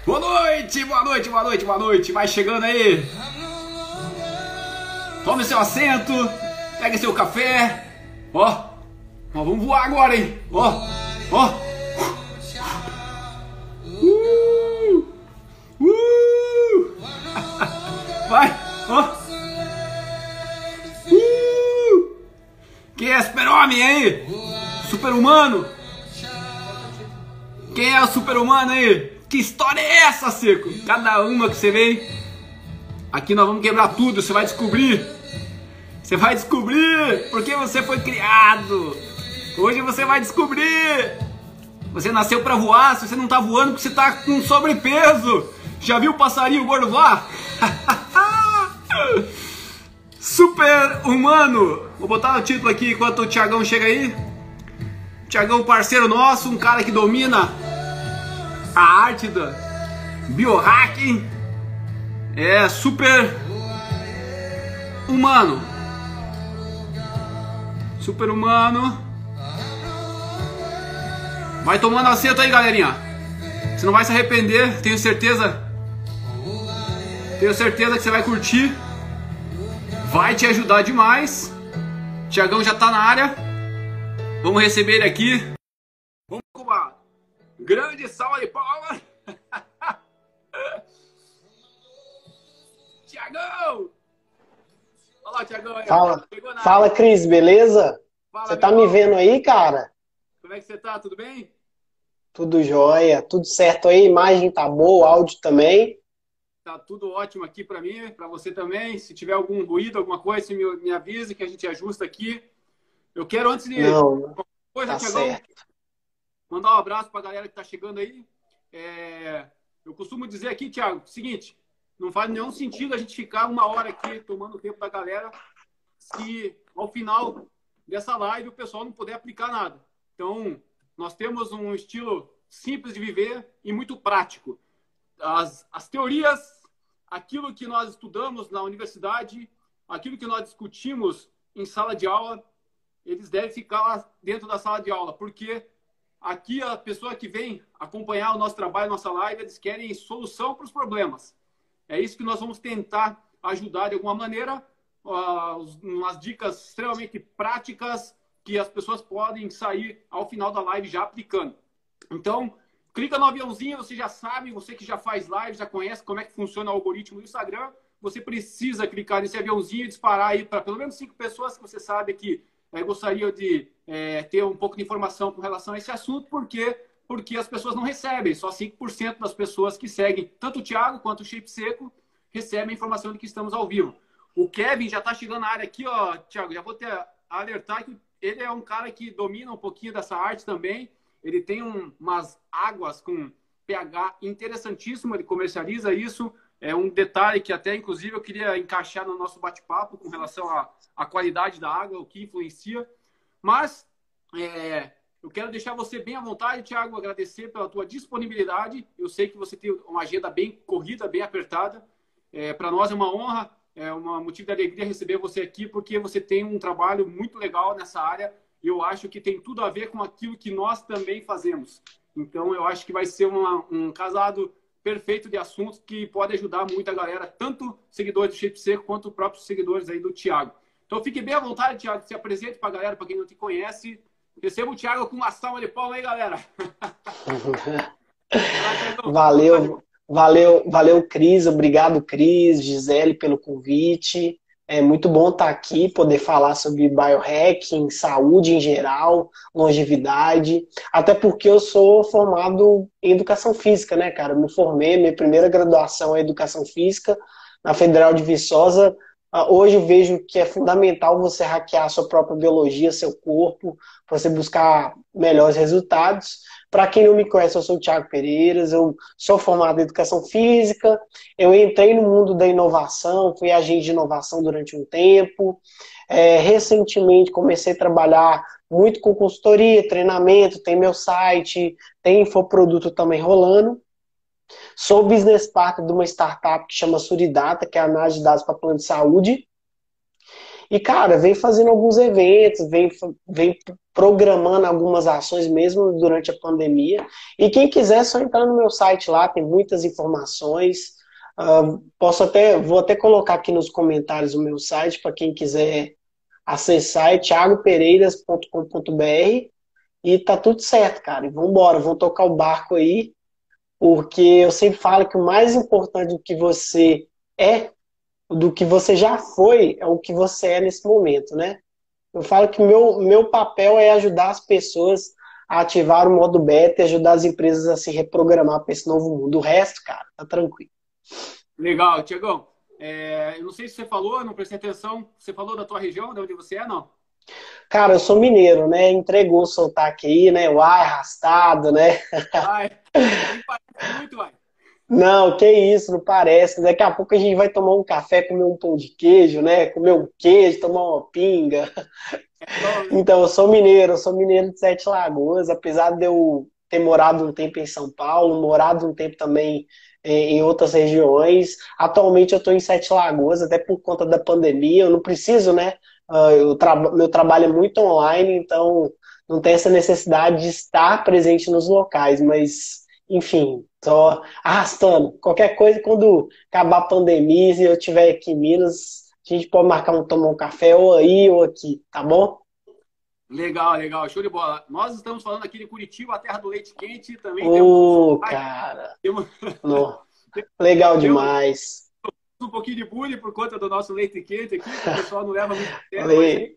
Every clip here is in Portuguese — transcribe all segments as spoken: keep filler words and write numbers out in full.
Boa noite, boa noite, boa noite, boa noite. Vai chegando aí. Tome seu assento, pegue seu café. Ó, nós vamos voar agora, hein? Ó, ó. Uh, uh. Vai, ó. Uh. Quem é super-homem aí? Super-humano? Quem é o super-humano aí? Que história é essa, Seco? Cada uma que você vem. Aqui nós vamos quebrar tudo, você vai descobrir. Você vai descobrir porque você foi criado. Hoje você vai descobrir. Você nasceu pra voar, se você não tá voando porque você tá com sobrepeso. Já viu o passarinho gordo voar? Super-humano. Vou botar o título aqui enquanto o Thiagão chega aí. Thiagão, parceiro nosso, um cara que domina a arte do biohacking. É super humano. Super humano. Vai tomando assento aí, galerinha. Você não vai se arrepender, tenho certeza. Tenho certeza que você vai curtir. Vai te ajudar demais. Thiagão já tá na área. Vamos receber ele aqui. Vamos com uma grande salva de palmas. Thiagão! Olha lá, Thiagão. Aí. Fala, fala, Cris, beleza? Fala, você tá me vendo aí, cara? Como é que você tá? Tudo bem? Tudo jóia, tudo certo aí, imagem tá boa, áudio também. Tá tudo ótimo aqui pra mim, pra você também. Se tiver algum ruído, alguma coisa, me, me avise que a gente ajusta aqui. Eu quero, antes de Não, coisa, tá Thiagão, certo. mandar um abraço pra galera que tá chegando aí. É, eu costumo dizer aqui, Thiago, seguinte, não faz nenhum sentido a gente ficar uma hora aqui tomando o tempo da galera se ao final dessa live o pessoal não puder aplicar nada. Então, nós temos um estilo simples de viver e muito prático. As, as teorias, aquilo que nós estudamos na universidade, aquilo que nós discutimos em sala de aula, eles devem ficar lá dentro da sala de aula, porque aqui a pessoa que vem acompanhar o nosso trabalho, nossa live, eles querem solução para os problemas. É isso que nós vamos tentar ajudar de alguma maneira, uh, umas dicas extremamente práticas que as pessoas podem sair ao final da live já aplicando. Então, clica no aviãozinho, você já sabe, você que já faz live, já conhece como é que funciona o algoritmo do Instagram, você precisa clicar nesse aviãozinho e disparar aí para pelo menos cinco pessoas que você sabe que é, gostariam de é, ter um pouco de informação com relação a esse assunto, porque, porque as pessoas não recebem, só cinco por cento das pessoas que seguem, tanto o Thiago quanto o Shape Seco, recebem a informação de que estamos ao vivo. O Kevin já está chegando na área aqui, ó, Thiago, já vou te alertar que ele é um cara que domina um pouquinho dessa arte também. Ele tem um, umas águas com pH interessantíssimo, ele comercializa isso. É um detalhe que até, inclusive, eu queria encaixar no nosso bate-papo com relação à, à qualidade da água, o que influencia. Mas é, eu quero deixar você bem à vontade, Thiago, agradecer pela tua disponibilidade. Eu sei que você tem uma agenda bem corrida, bem apertada. É, para nós é uma honra, é um motivo de alegria receber você aqui, porque você tem um trabalho muito legal nessa área. E eu acho que tem tudo a ver com aquilo que nós também fazemos. Então, eu acho que vai ser uma, um casado perfeito de assuntos que pode ajudar muito a galera, tanto seguidores do Shape Seco quanto os próprios seguidores aí do Thiago. Então, fique bem à vontade, Thiago, se apresente para a galera, para quem não te conhece. Receba o Thiago com uma salva de palmas aí, galera. Valeu, valeu, valeu, Cris. Obrigado, Cris, Gisele, pelo convite. É muito bom estar aqui, poder falar sobre biohacking, saúde em geral, longevidade, até porque eu sou formado em educação física, né, cara? Eu me formei, minha primeira graduação é educação física na Federal de Viçosa. Hoje eu vejo que é fundamental você hackear a sua própria biologia, seu corpo, para você buscar melhores resultados. Para quem não me conhece, eu sou o Thiago Pereiras, eu sou formado em Educação Física, eu entrei no mundo da inovação, fui agente de inovação durante um tempo, é, recentemente comecei a trabalhar muito com consultoria, treinamento, tem meu site, tem infoproduto também rolando. Sou business partner de uma startup que chama Suridata, que é a análise de dados para plano de saúde. E, cara, vem fazendo alguns eventos, vem, vem programando algumas ações mesmo durante a pandemia. E quem quiser é só entrar no meu site lá, tem muitas informações. Uh, posso até, vou até colocar aqui nos comentários o meu site para quem quiser acessar, é thiago pereiras ponto com ponto br e tá tudo certo, cara. E vambora, vamos tocar o barco aí, porque eu sempre falo que o mais importante do que você é, do que você já foi, é o que você é nesse momento, né? Eu falo que meu, meu papel é ajudar as pessoas a ativar o modo beta e ajudar as empresas a se reprogramar para esse novo mundo. O resto, cara, tá tranquilo. Legal, Tiagão. É, eu não sei se você falou, eu não prestei atenção. Você falou da tua região, de onde você é, não? Cara, eu sou mineiro, né? Entregou o sotaque aí, né? O ar arrastado, né? Ai, nem parece muito, vai. Não, que isso, não parece. Daqui a pouco a gente vai tomar um café, comer um pão de queijo, né? Comer um queijo, tomar uma pinga. É bom, né? Então, eu sou mineiro, eu sou mineiro de Sete Lagoas, apesar de eu ter morado um tempo em São Paulo, morado um tempo também eh, em outras regiões. Atualmente eu estou em Sete Lagoas, até por conta da pandemia. Eu não preciso, né? Ah, eu tra meu trabalho é muito online, então não tem essa necessidade de estar presente nos locais, mas, enfim, só arrastando. Qualquer coisa, quando acabar a pandemia, se eu estiver aqui em Minas, a gente pode marcar um, tomar um café ou aí ou aqui, tá bom? Legal, legal, show de bola. Nós estamos falando aqui de Curitiba, a terra do leite quente. Também temos, Ô, cara, temos, no, legal temos demais. um pouquinho de bullying por conta do nosso leite quente aqui, que o pessoal não leva muito a sério, mas é... Le...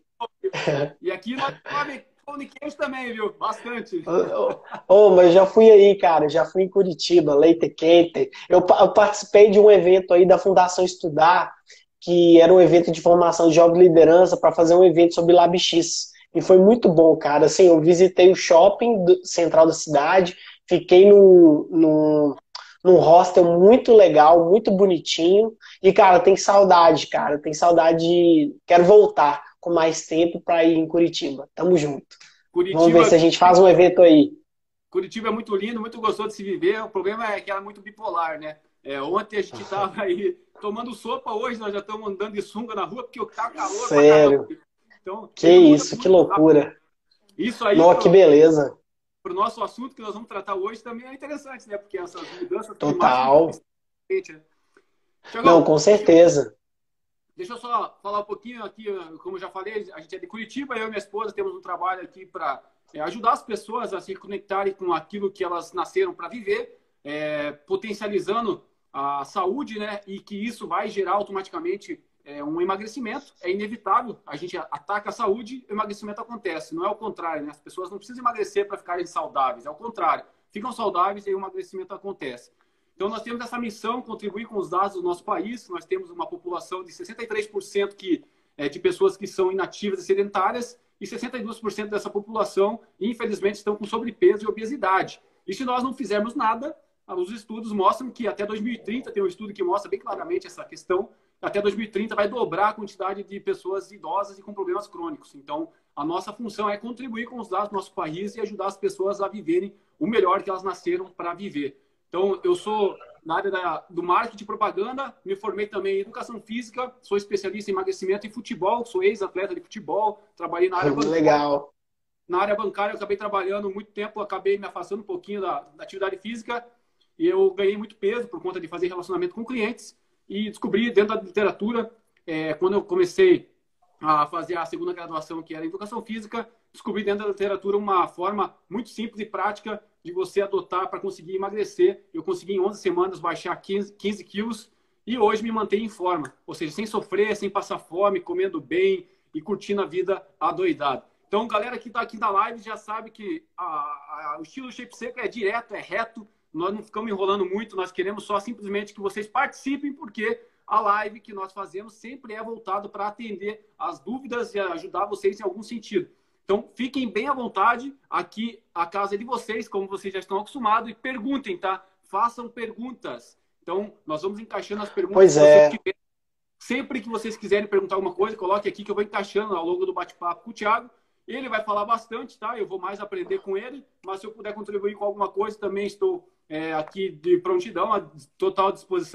E aqui nós comemos pão de queijo também, viu? Bastante. Oh, oh, mas já fui aí, cara, já fui em Curitiba, leite quente. Eu, pa- eu participei de um evento aí da Fundação Estudar, que era um evento de formação de jovem liderança para fazer um evento sobre LabX. E foi muito bom, cara. Assim, eu visitei o shopping do- central da cidade, fiquei num, num, num hostel muito legal, muito bonitinho. E, cara, tem saudade, cara. Tem saudade de... Quero voltar com mais tempo para ir em Curitiba. Tamo junto. Vamos ver Curitiba, se a gente faz um evento aí. Curitiba é muito lindo, muito gostoso de se viver. O problema é que ela é muito bipolar, né? É, ontem a gente estava aí tomando sopa, hoje nós já estamos andando de sunga na rua porque tá calor pra caramba. Sério. Então, Que ele muda isso, que muito rápido. loucura. Isso aí, Nó, que pro, beleza. pro nosso assunto que nós vamos tratar hoje, também é interessante, né? Porque essas mudanças climáticas Total. influenciam, né? Não, Tiagão, com deixa eu, certeza. deixa eu só falar um pouquinho aqui, como eu já falei, a gente é de Curitiba, eu e minha esposa temos um trabalho aqui para é, ajudar as pessoas a se conectarem com aquilo que elas nasceram para viver, é, potencializando a saúde, né? E que isso vai gerar automaticamente é, um emagrecimento. É inevitável, a gente ataca a saúde, o emagrecimento acontece. Não é o contrário, né? As pessoas não precisam emagrecer para ficarem saudáveis, é o contrário. Ficam saudáveis e aí o emagrecimento acontece. Então, nós temos essa missão, contribuir com os dados do nosso país. Nós temos uma população de sessenta e três por cento que, é, de pessoas que são inativas e sedentárias e sessenta e dois por cento dessa população, infelizmente, estão com sobrepeso e obesidade. E se nós não fizermos nada, os estudos mostram que até dois mil e trinta, tem um estudo que mostra bem claramente essa questão, até dois mil e trinta vai dobrar a quantidade de pessoas idosas e com problemas crônicos. Então, a nossa função é contribuir com os dados do nosso país e ajudar as pessoas a viverem o melhor que elas nasceram para viver. Então, eu sou na área da, do marketing e propaganda, me formei também em educação física, sou especialista em emagrecimento e futebol, sou ex-atleta de futebol, trabalhei na área bancária. Legal. Na área bancária, eu acabei trabalhando muito tempo, acabei me afastando um pouquinho da, da atividade física e eu ganhei muito peso por conta de fazer relacionamento com clientes e descobri dentro da literatura, é, quando eu comecei a fazer a segunda graduação, que era em educação física, descobri dentro da literatura uma forma muito simples e prática de você adotar para conseguir emagrecer. Eu consegui em onze semanas baixar quinze, quinze quilos e hoje me mantenho em forma. Ou seja, sem sofrer, sem passar fome, comendo bem e curtindo a vida adoidado. Então, galera que está aqui na live já sabe que a, a, o estilo Shape Seco é direto, é reto. Nós não ficamos enrolando muito, nós queremos só simplesmente que vocês participem, porque a live que nós fazemos sempre é voltado para atender as dúvidas e ajudar vocês em algum sentido. Então, fiquem bem à vontade. Aqui a casa é de vocês, como vocês já estão acostumados, e perguntem, tá? Façam perguntas. Então, nós vamos encaixando as perguntas Pois que vocês é. tiverem. Sempre que vocês quiserem perguntar alguma coisa, coloque aqui que eu vou encaixando ao longo do bate-papo com o Thiago. Ele vai falar bastante, tá? Eu vou mais aprender com ele, mas se eu puder contribuir com alguma coisa, também estou é, aqui de prontidão, à total disposição.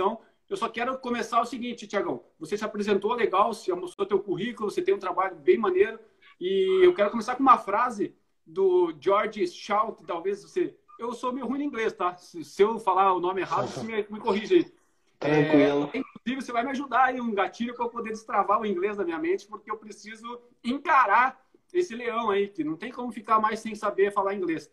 eu só quero começar o seguinte, Tiagão. Você se apresentou legal, você mostrou teu currículo, você tem um trabalho bem maneiro. E eu quero começar com uma frase do George Shaw, que talvez você... Eu sou meio ruim em inglês, tá? Se, se eu falar o nome errado, você me, me corrige aí. Tranquilo. É, inclusive, você vai me ajudar aí, um gatilho para eu poder destravar o inglês da minha mente, porque eu preciso encarar esse leão aí, que não tem como ficar mais sem saber falar inglês.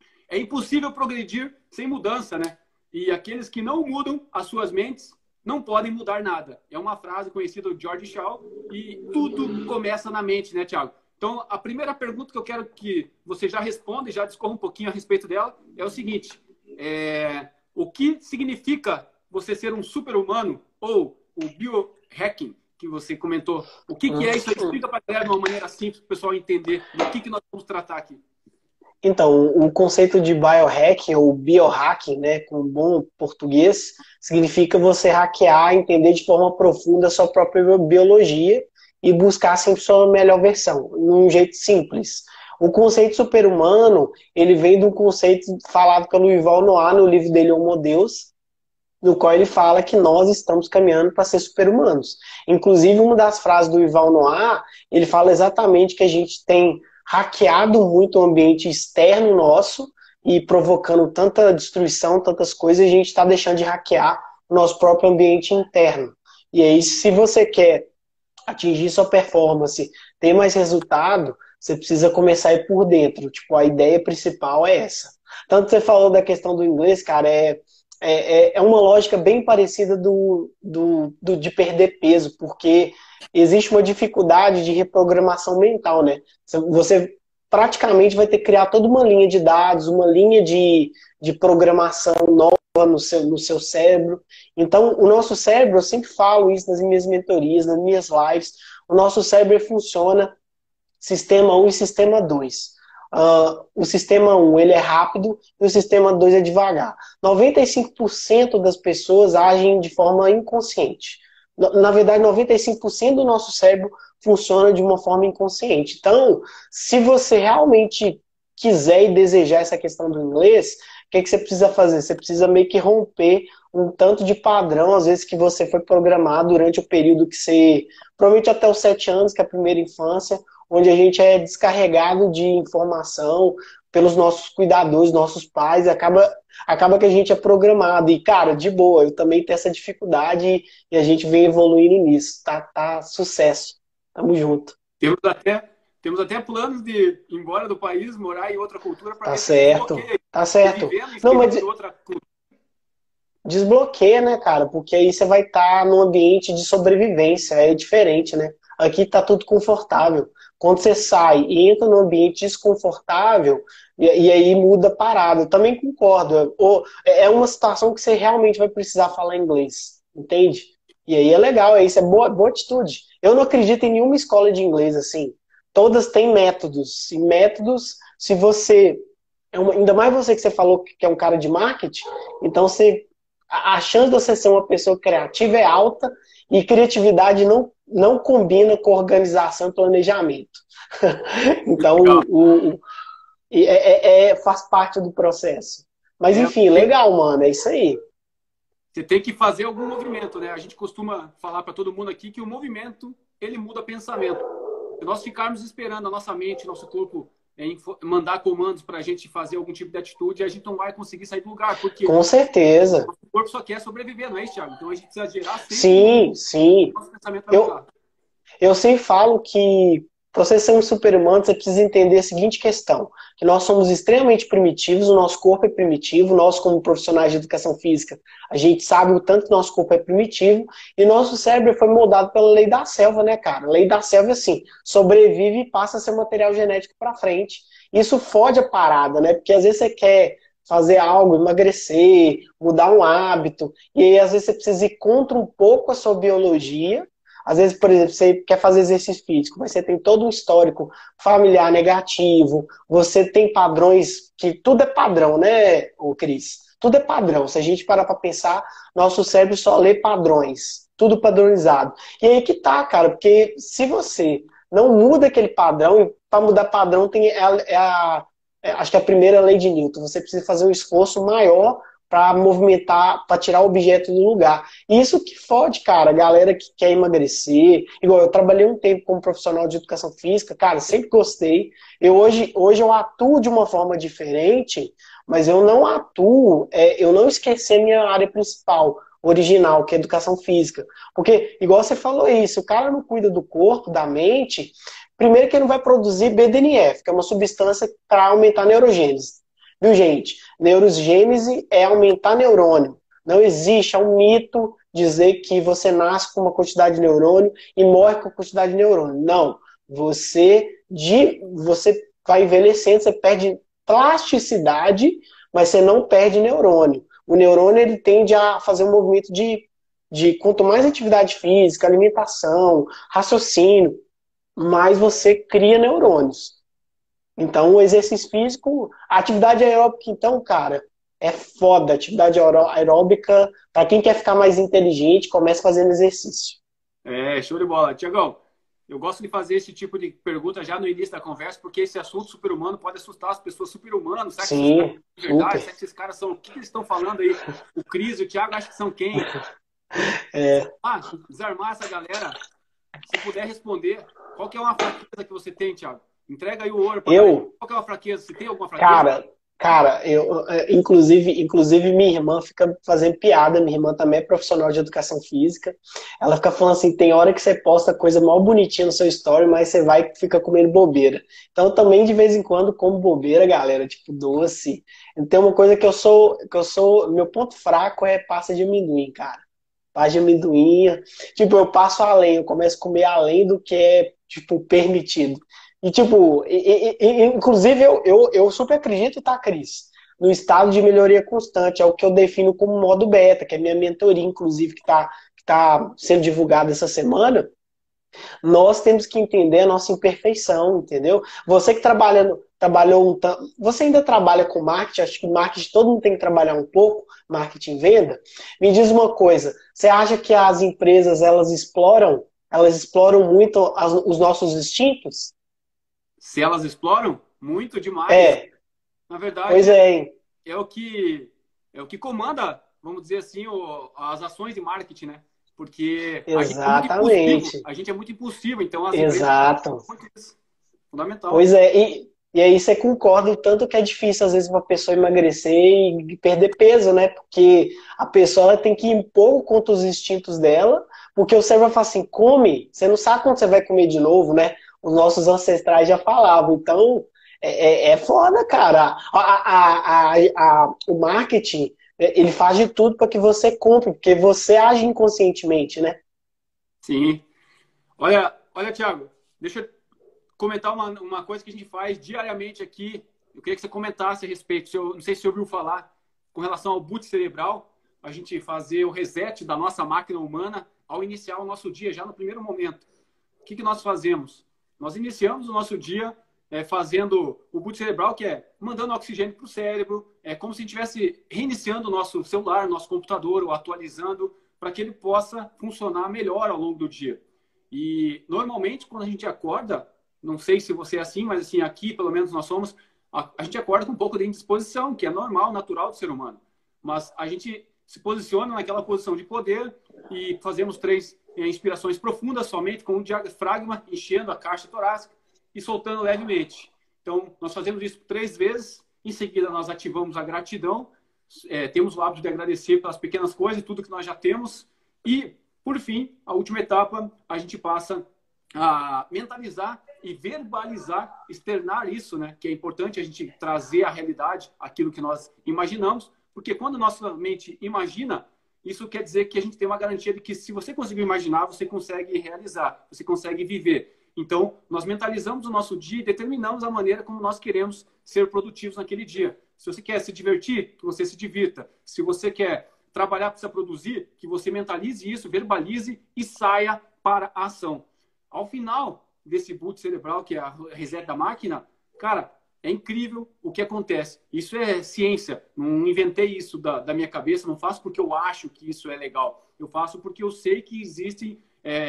É impossível progredir sem mudança, né? E aqueles que não mudam as suas mentes não podem mudar nada. É uma frase conhecida do George Shaw e tudo começa na mente, né, Thiago? Então, a primeira pergunta que eu quero que você já responda e já discorra um pouquinho a respeito dela é o seguinte. É, o que significa você ser um super-humano ou o biohacking que você comentou? O que, que é isso? Explica para a galera de uma maneira simples para o pessoal entender o que, que nós vamos tratar aqui. Então, o conceito de biohacking ou biohacking, né, com bom português, significa você hackear, entender de forma profunda a sua própria biologia e buscar sempre sua melhor versão, num jeito simples. O conceito super-humano, ele vem do conceito falado pelo Yuval Noah no livro dele Homo Deus, no qual ele fala que nós estamos caminhando para ser super-humanos. Inclusive, uma das frases do Yuval Noah, ele fala exatamente que a gente tem hackeado muito o ambiente externo nosso e provocando tanta destruição, tantas coisas, a gente está deixando de hackear o nosso próprio ambiente interno. E aí, se você quer atingir sua performance, ter mais resultado, você precisa começar a ir por dentro. Tipo, a ideia principal é essa. Tanto que você falou da questão do inglês, cara, é, é, é uma lógica bem parecida do, do, do de perder peso, porque existe uma dificuldade de reprogramação mental, né? Você praticamente vai ter que criar toda uma linha de dados, uma linha de, de programação nova no seu, no seu cérebro. Então, o nosso cérebro, eu sempre falo isso nas minhas mentorias, nas minhas lives, o nosso cérebro funciona sistema um e sistema dois. Uh, o sistema um ele é rápido e o sistema dois é devagar. noventa e cinco por cento das pessoas agem de forma inconsciente. Na verdade, noventa e cinco por cento do nosso cérebro funciona de uma forma inconsciente. Então, se você realmente quiser e desejar essa questão do inglês, o que, que você precisa fazer? Você precisa meio que romper um tanto de padrão, às vezes, que você foi programado durante o período que você... Provavelmente até os sete anos, que é a primeira infância, onde a gente é descarregado de informação pelos nossos cuidadores, nossos pais, e acaba, acaba que a gente é programado. E, cara, de boa, eu também tenho essa dificuldade e a gente vem evoluindo nisso. Tá, tá sucesso. Tamo junto. Temos até, temos até planos de ir embora do país, morar em outra cultura. Pra tá certo, tá certo. Não, mas outra cultura. Desbloqueia, né, cara? Porque aí você vai estar num ambiente de sobrevivência. É diferente, né? Aqui tá tudo confortável. Quando você sai e entra num ambiente desconfortável, e, e aí muda a parada. Eu também concordo. Ou, é uma situação que você realmente vai precisar falar inglês. Entende? E aí é legal, é isso, é boa, boa atitude. Eu não acredito em nenhuma escola de inglês assim. Todas têm métodos. E métodos, se você... É uma, ainda mais você que você falou que é um cara de marketing, então você, a, a chance de você ser uma pessoa criativa é alta e criatividade não, não combina com organização e planejamento. Então, o, o, é, é, é, faz parte do processo. Mas, é, enfim, legal, mano, é isso aí. Você tem que fazer algum movimento, né? A gente costuma falar para todo mundo aqui que o movimento, ele muda pensamento. Se nós ficarmos esperando a nossa mente, nosso corpo é, mandar comandos para a gente fazer algum tipo de atitude, a gente não vai conseguir sair do lugar. Porque com certeza. O corpo só quer sobreviver, não é isso, Thiago? Então a gente precisa gerar sempre. Sim, sim. Nosso pensamento vai mudar. Eu, eu sempre falo que para você ser um super-humano, você precisa entender a seguinte questão, que nós somos extremamente primitivos, o nosso corpo é primitivo, nós como profissionais de educação física, a gente sabe o tanto que nosso corpo é primitivo, e nosso cérebro foi moldado pela lei da selva, né, cara? A lei da selva é assim, sobrevive e passa a ser material genético para frente. Isso fode a parada, né? Porque às vezes você quer fazer algo, emagrecer, mudar um hábito, e aí às vezes você precisa ir contra um pouco a sua biologia. Às vezes, por exemplo, você quer fazer exercício físico, mas você tem todo um histórico familiar negativo, você tem padrões, que tudo é padrão, né, ô Cris? Tudo é padrão. Se a gente parar para pensar, nosso cérebro só lê padrões, tudo padronizado. E aí que tá, cara, porque se você não muda aquele padrão, e para mudar padrão tem é a, é a, é, acho que é a primeira lei de Newton, você precisa fazer um esforço maior para movimentar, para tirar o objeto do lugar. Isso que fode, cara, a galera que quer emagrecer. Igual eu trabalhei um tempo como profissional de educação física, cara, sempre gostei. Eu hoje, hoje eu atuo de uma forma diferente, mas eu não atuo, é, eu não esqueci a minha área principal, original, que é educação física. Porque, igual você falou isso, o cara não cuida do corpo, da mente, primeiro que ele não vai produzir B D N F, que é uma substância para aumentar a neurogênese. Viu, gente? Neurogênese é aumentar neurônio. Não existe, é um mito dizer que você nasce com uma quantidade de neurônio e morre com a quantidade de neurônio. Não. Você, de, você vai envelhecendo, você perde plasticidade, mas você não perde neurônio. O neurônio ele tende a fazer um movimento de, de quanto mais atividade física, alimentação, raciocínio, mais você cria neurônios. Então, o exercício físico, a atividade aeróbica, então, cara, é foda. Atividade aeróbica, para quem quer ficar mais inteligente, começa fazendo exercício. É, show de bola. Tiagão, eu gosto de fazer esse tipo de pergunta já no início da conversa, porque esse assunto super-humano pode assustar as pessoas. Super-humano, será que esses caras Sim, são de verdade? super. Será que esses caras são... O que, que eles estão falando aí? O Cris e o Thiago acham que são quem? É, Ah, desarmar essa galera. Se puder responder, qual que é uma fraqueza que você tem, Thiago? Entrega aí o ouro pra galera. eu, Qual que é uma fraqueza? Você tem alguma fraqueza? cara, cara, eu, é, inclusive, inclusive minha irmã fica fazendo piada, minha irmã também é profissional de educação física, ela fica falando assim, tem hora que você posta coisa mal bonitinha no seu story, mas você vai e fica comendo bobeira. Então também de vez em quando como bobeira, galera, tipo doce. Tem uma coisa que eu sou, que eu sou, meu ponto fraco é pasta de amendoim, cara. Pasta de amendoim, tipo, eu passo além, eu começo a comer além do que é, tipo, permitido. E, tipo, e- e- e- inclusive eu, eu, eu super acredito, tá, Cris? No estado de melhoria constante, é o que eu defino como modo beta, que é minha mentoria, inclusive, que tá, que tá sendo divulgada essa semana. Nós temos que entender a nossa imperfeição, entendeu? Você que trabalha, no- trabalhou um tanto, você ainda trabalha com marketing, acho que marketing todo mundo tem que trabalhar um pouco, marketing e venda. Me diz uma coisa, você acha que as empresas elas exploram, elas exploram muito as- os nossos instintos? Se elas exploram, muito demais. É, Na verdade, pois é, hein? é o que é o que comanda, vamos dizer assim, o, as ações de marketing, né? Porque a gente é muito impulsivo, Exatamente. a gente é muito impulsivo, então as empresas Exato. muito isso. Fundamental. Pois é, e, e aí você concorda o tanto que é difícil, às vezes, uma pessoa emagrecer e perder peso, né? Porque a pessoa ela tem que impor contra os instintos dela, porque o cérebro vai falar assim, come, você não sabe quando você vai comer de novo, né? Os nossos ancestrais já falavam, então é, é, é foda, cara. A, a, a, a, o marketing, ele faz de tudo para que você compre, porque você age inconscientemente, né? Sim. Olha, olha, Thiago, deixa eu comentar uma, uma coisa que a gente faz diariamente aqui. Eu queria que você comentasse a respeito. Se eu, não sei se você ouviu falar com relação ao boot cerebral, a gente fazer o reset da nossa máquina humana ao iniciar o nosso dia, já no primeiro momento. O que, que nós fazemos? Nós iniciamos o nosso dia é, fazendo o boot cerebral, que é mandando oxigênio para o cérebro, é como se a gente estivesse reiniciando o nosso celular, nosso computador, ou atualizando, para que ele possa funcionar melhor ao longo do dia. E, normalmente, quando a gente acorda, não sei se você é assim, mas assim, aqui, pelo menos, nós somos, a, a gente acorda com um pouco de indisposição, que é normal, natural do ser humano. Mas a gente se posiciona naquela posição de poder e fazemos três é, inspirações profundas somente com o diafragma enchendo a caixa torácica e soltando levemente. Então, nós fazemos isso três vezes. Em seguida, nós ativamos a gratidão. É, temos o hábito de agradecer pelas pequenas coisas, tudo que nós já temos. E, por fim, a última etapa, a gente passa a mentalizar e verbalizar, externar isso, né? Que é importante a gente trazer à realidade aquilo que nós imaginamos, porque quando nossa mente imagina, isso quer dizer que a gente tem uma garantia de que se você conseguiu imaginar, você consegue realizar, você consegue viver. Então, nós mentalizamos o nosso dia e determinamos a maneira como nós queremos ser produtivos naquele dia. Se você quer se divertir, que você se divirta. Se você quer trabalhar, precisa produzir, que você mentalize isso, verbalize e saia para a ação. Ao final desse boot cerebral, que é a reset da máquina, cara, é incrível o que acontece. Isso é ciência. Não inventei isso da, da minha cabeça, não faço porque eu acho que isso é legal. Eu faço porque eu sei que existem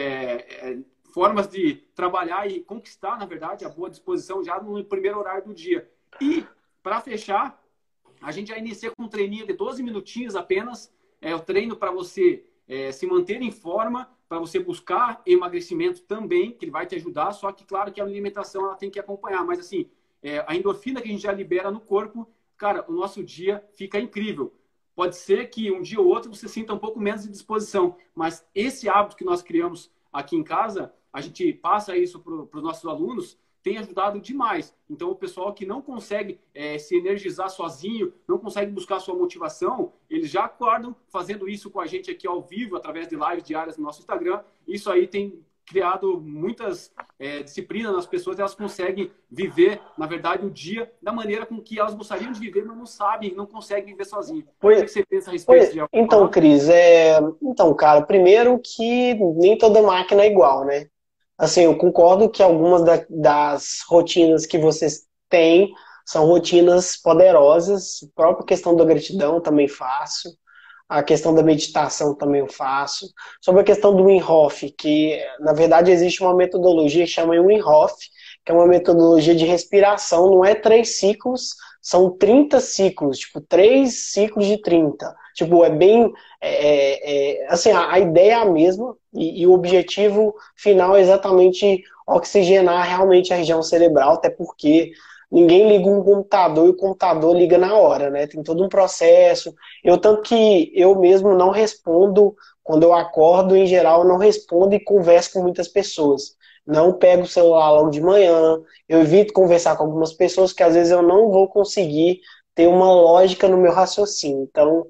é, é, formas de trabalhar e conquistar, na verdade, a boa disposição já no primeiro horário do dia. E, para fechar, a gente já inicia com um treininho de doze minutinhos apenas. É o treino para você é, se manter em forma, para você buscar emagrecimento também, que ele vai te ajudar. Só que, claro, que a alimentação ela tem que acompanhar. Mas, assim, é, a endorfina que a gente já libera no corpo, cara, o nosso dia fica incrível. Pode ser que um dia ou outro você sinta um pouco menos de disposição. Mas esse hábito que nós criamos aqui em casa, a gente passa isso para os nossos alunos, tem ajudado demais. Então, o pessoal que não consegue é, se energizar sozinho, não consegue buscar sua motivação, eles já acordam fazendo isso com a gente aqui ao vivo, através de lives diárias no nosso Instagram. Isso aí tem criado muitas é, disciplinas nas pessoas, elas conseguem viver, na verdade, o dia da maneira com que elas gostariam de viver, mas não sabem, não conseguem viver sozinhas. O que você pensa a respeito de... Então, Cris, é... então, cara, primeiro que nem toda máquina é igual, né? Assim, eu concordo que algumas da, das rotinas que vocês têm são rotinas poderosas. A própria questão da gratidão também faço. A questão da meditação também eu faço. Sobre a questão do Wim Hof, que na verdade existe uma metodologia que chama Wim Hof, que é uma metodologia de respiração. Não é três ciclos, são trinta ciclos. Tipo, três ciclos de trinta. Tipo, é bem... É, é, assim, a, a ideia é a mesma e, e o objetivo final é exatamente oxigenar realmente a região cerebral, até porque ninguém liga um computador e o computador liga na hora, né? Tem todo um processo. Eu, tanto que eu mesmo não respondo, quando eu acordo, em geral, eu não respondo e converso com muitas pessoas. Não pego o celular logo de manhã, eu evito conversar com algumas pessoas que às vezes eu não vou conseguir ter uma lógica no meu raciocínio. Então,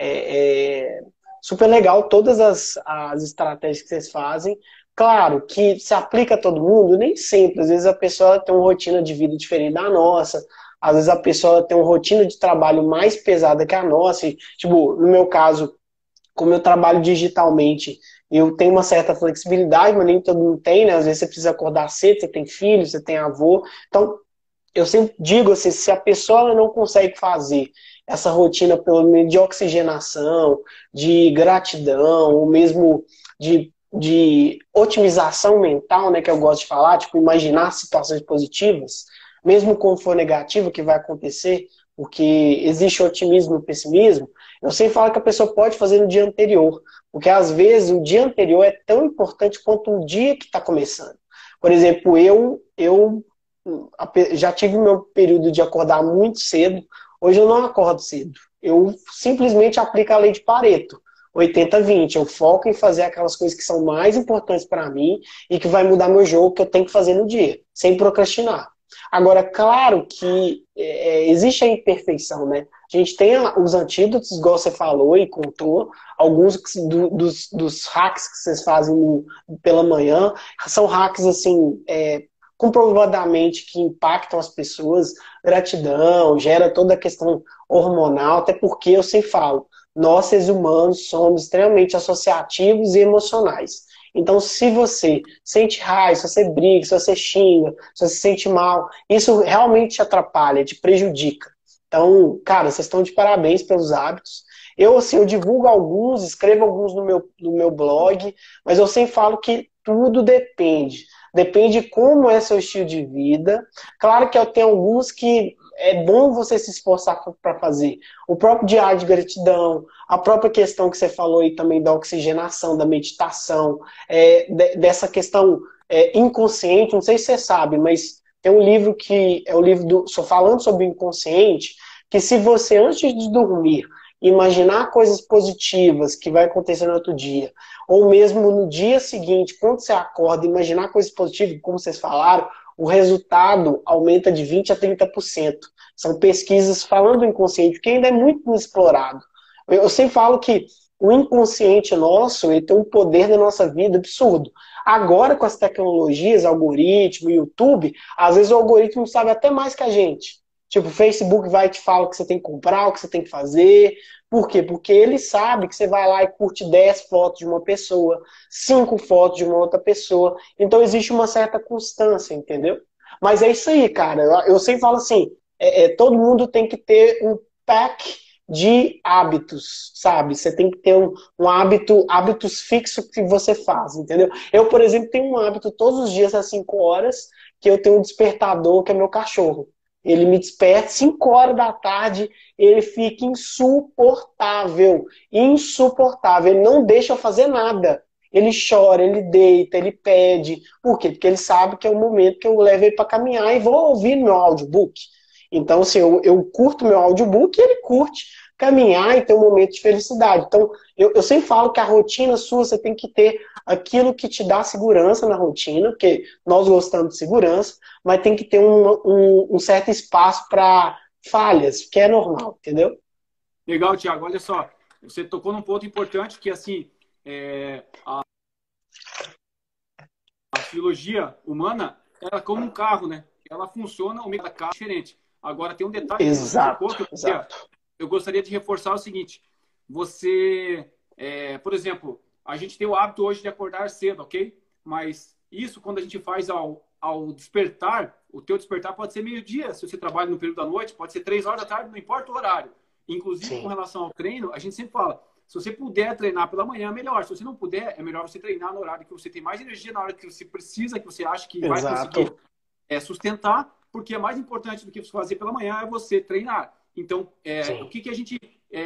é, é super legal todas as, as estratégias que vocês fazem. Claro que se aplica a todo mundo, nem sempre. Às vezes a pessoa tem uma rotina de vida diferente da nossa, às vezes a pessoa tem uma rotina de trabalho mais pesada que a nossa. E, tipo, no meu caso, como eu trabalho digitalmente, eu tenho uma certa flexibilidade, mas nem todo mundo tem, né? Às vezes você precisa acordar cedo, você tem filho, você tem avô. Então, eu sempre digo assim, se a pessoa não consegue fazer essa rotina pelo menos de oxigenação, de gratidão, ou mesmo de, de otimização mental, né, que eu gosto de falar, tipo, imaginar situações positivas, mesmo quando for negativo, que vai acontecer, porque existe otimismo e pessimismo, eu sempre falo que a pessoa pode fazer no dia anterior, porque às vezes o dia anterior é tão importante quanto o dia que está começando. Por exemplo, eu, eu já tive meu período de acordar muito cedo. Hoje eu não acordo cedo. Eu simplesmente aplico a lei de Pareto, oitenta vinte. Eu foco em fazer aquelas coisas que são mais importantes para mim e que vai mudar meu jogo que eu tenho que fazer no dia, sem procrastinar. Agora, claro que é, existe a imperfeição, né? A gente tem os antídotos, igual você falou e contou, alguns do, dos, dos hacks que vocês fazem no, pela manhã, são hacks, assim, é, comprovadamente que impactam as pessoas, gratidão, gera toda a questão hormonal, até porque eu sempre falo, nós seres humanos somos extremamente associativos e emocionais. Então, se você sente raiva, se você briga, se você xinga, se você se sente mal, isso realmente te atrapalha, te prejudica. Então, cara, vocês estão de parabéns pelos hábitos. Eu, assim, eu divulgo alguns, escrevo alguns no meu, no meu blog, mas eu sempre falo que tudo depende. Depende de como é seu estilo de vida. Claro que eu tenho alguns que é bom você se esforçar para fazer. O próprio diário de gratidão, a própria questão que você falou aí também da oxigenação, da meditação, é, de, dessa questão é, inconsciente, não sei se você sabe, mas tem um livro que é o livro do, só falando sobre o inconsciente, que se você antes de dormir imaginar coisas positivas que vai acontecer no outro dia, ou mesmo no dia seguinte, quando você acorda, imaginar coisas positivas, como vocês falaram, o resultado aumenta de vinte a trinta por cento. São pesquisas falando do inconsciente, que ainda é muito inexplorado. Eu sempre falo que o inconsciente nosso, ele tem um poder na nossa vida absurdo. Agora, com as tecnologias, algoritmo, YouTube, às vezes o algoritmo sabe até mais que a gente. Tipo, o Facebook vai te falar o que você tem que comprar, o que você tem que fazer. Por quê? Porque ele sabe que você vai lá e curte dez fotos de uma pessoa, cinco fotos de uma outra pessoa. Então existe uma certa constância, entendeu? Mas é isso aí, cara. Eu sempre falo assim, é, é, todo mundo tem que ter um pack de hábitos, sabe? Você tem que ter um, um hábito, hábitos fixos que você faz, entendeu? Eu, por exemplo, tenho um hábito todos os dias às cinco horas, que eu tenho um despertador, que é meu cachorro. ele me desperta, cinco horas da tarde, ele fica insuportável, insuportável, ele não deixa eu fazer nada. Ele chora, ele deita, ele pede. Por quê? Porque ele sabe que é o momento que eu levo ele para caminhar e vou ouvir meu audiobook. Então, assim, eu, eu curto meu audiobook e ele curte caminhar e ter um momento de felicidade. Então, eu, eu sempre falo que a rotina sua, você tem que ter aquilo que te dá segurança na rotina, porque nós gostamos de segurança, mas tem que ter um, um, um certo espaço para falhas, que é normal, entendeu? Legal, Thiago. Olha só, você tocou num ponto importante que, assim, é, a, a fisiologia humana, ela é como um carro, né? Ela funciona, o meio da carro é diferente. Agora, tem um detalhe que você Exato, tocou que eu queria, exato. eu gostaria de reforçar o seguinte. Você, é, por exemplo, a gente tem o hábito hoje de acordar cedo, ok? Mas isso, quando a gente faz ao, ao despertar, o teu despertar pode ser meio-dia, se você trabalha no período da noite, pode ser três horas da tarde, não importa o horário. Inclusive, com Sim, relação ao treino, a gente sempre fala, se você puder treinar pela manhã, melhor. Se você não puder, é melhor você treinar no horário que você tem mais energia, na hora que você precisa, que você acha que vai conseguir exato. é, sustentar, porque é mais importante do que você fazer pela manhã é você treinar. Então, é, o Sim, que, que a gente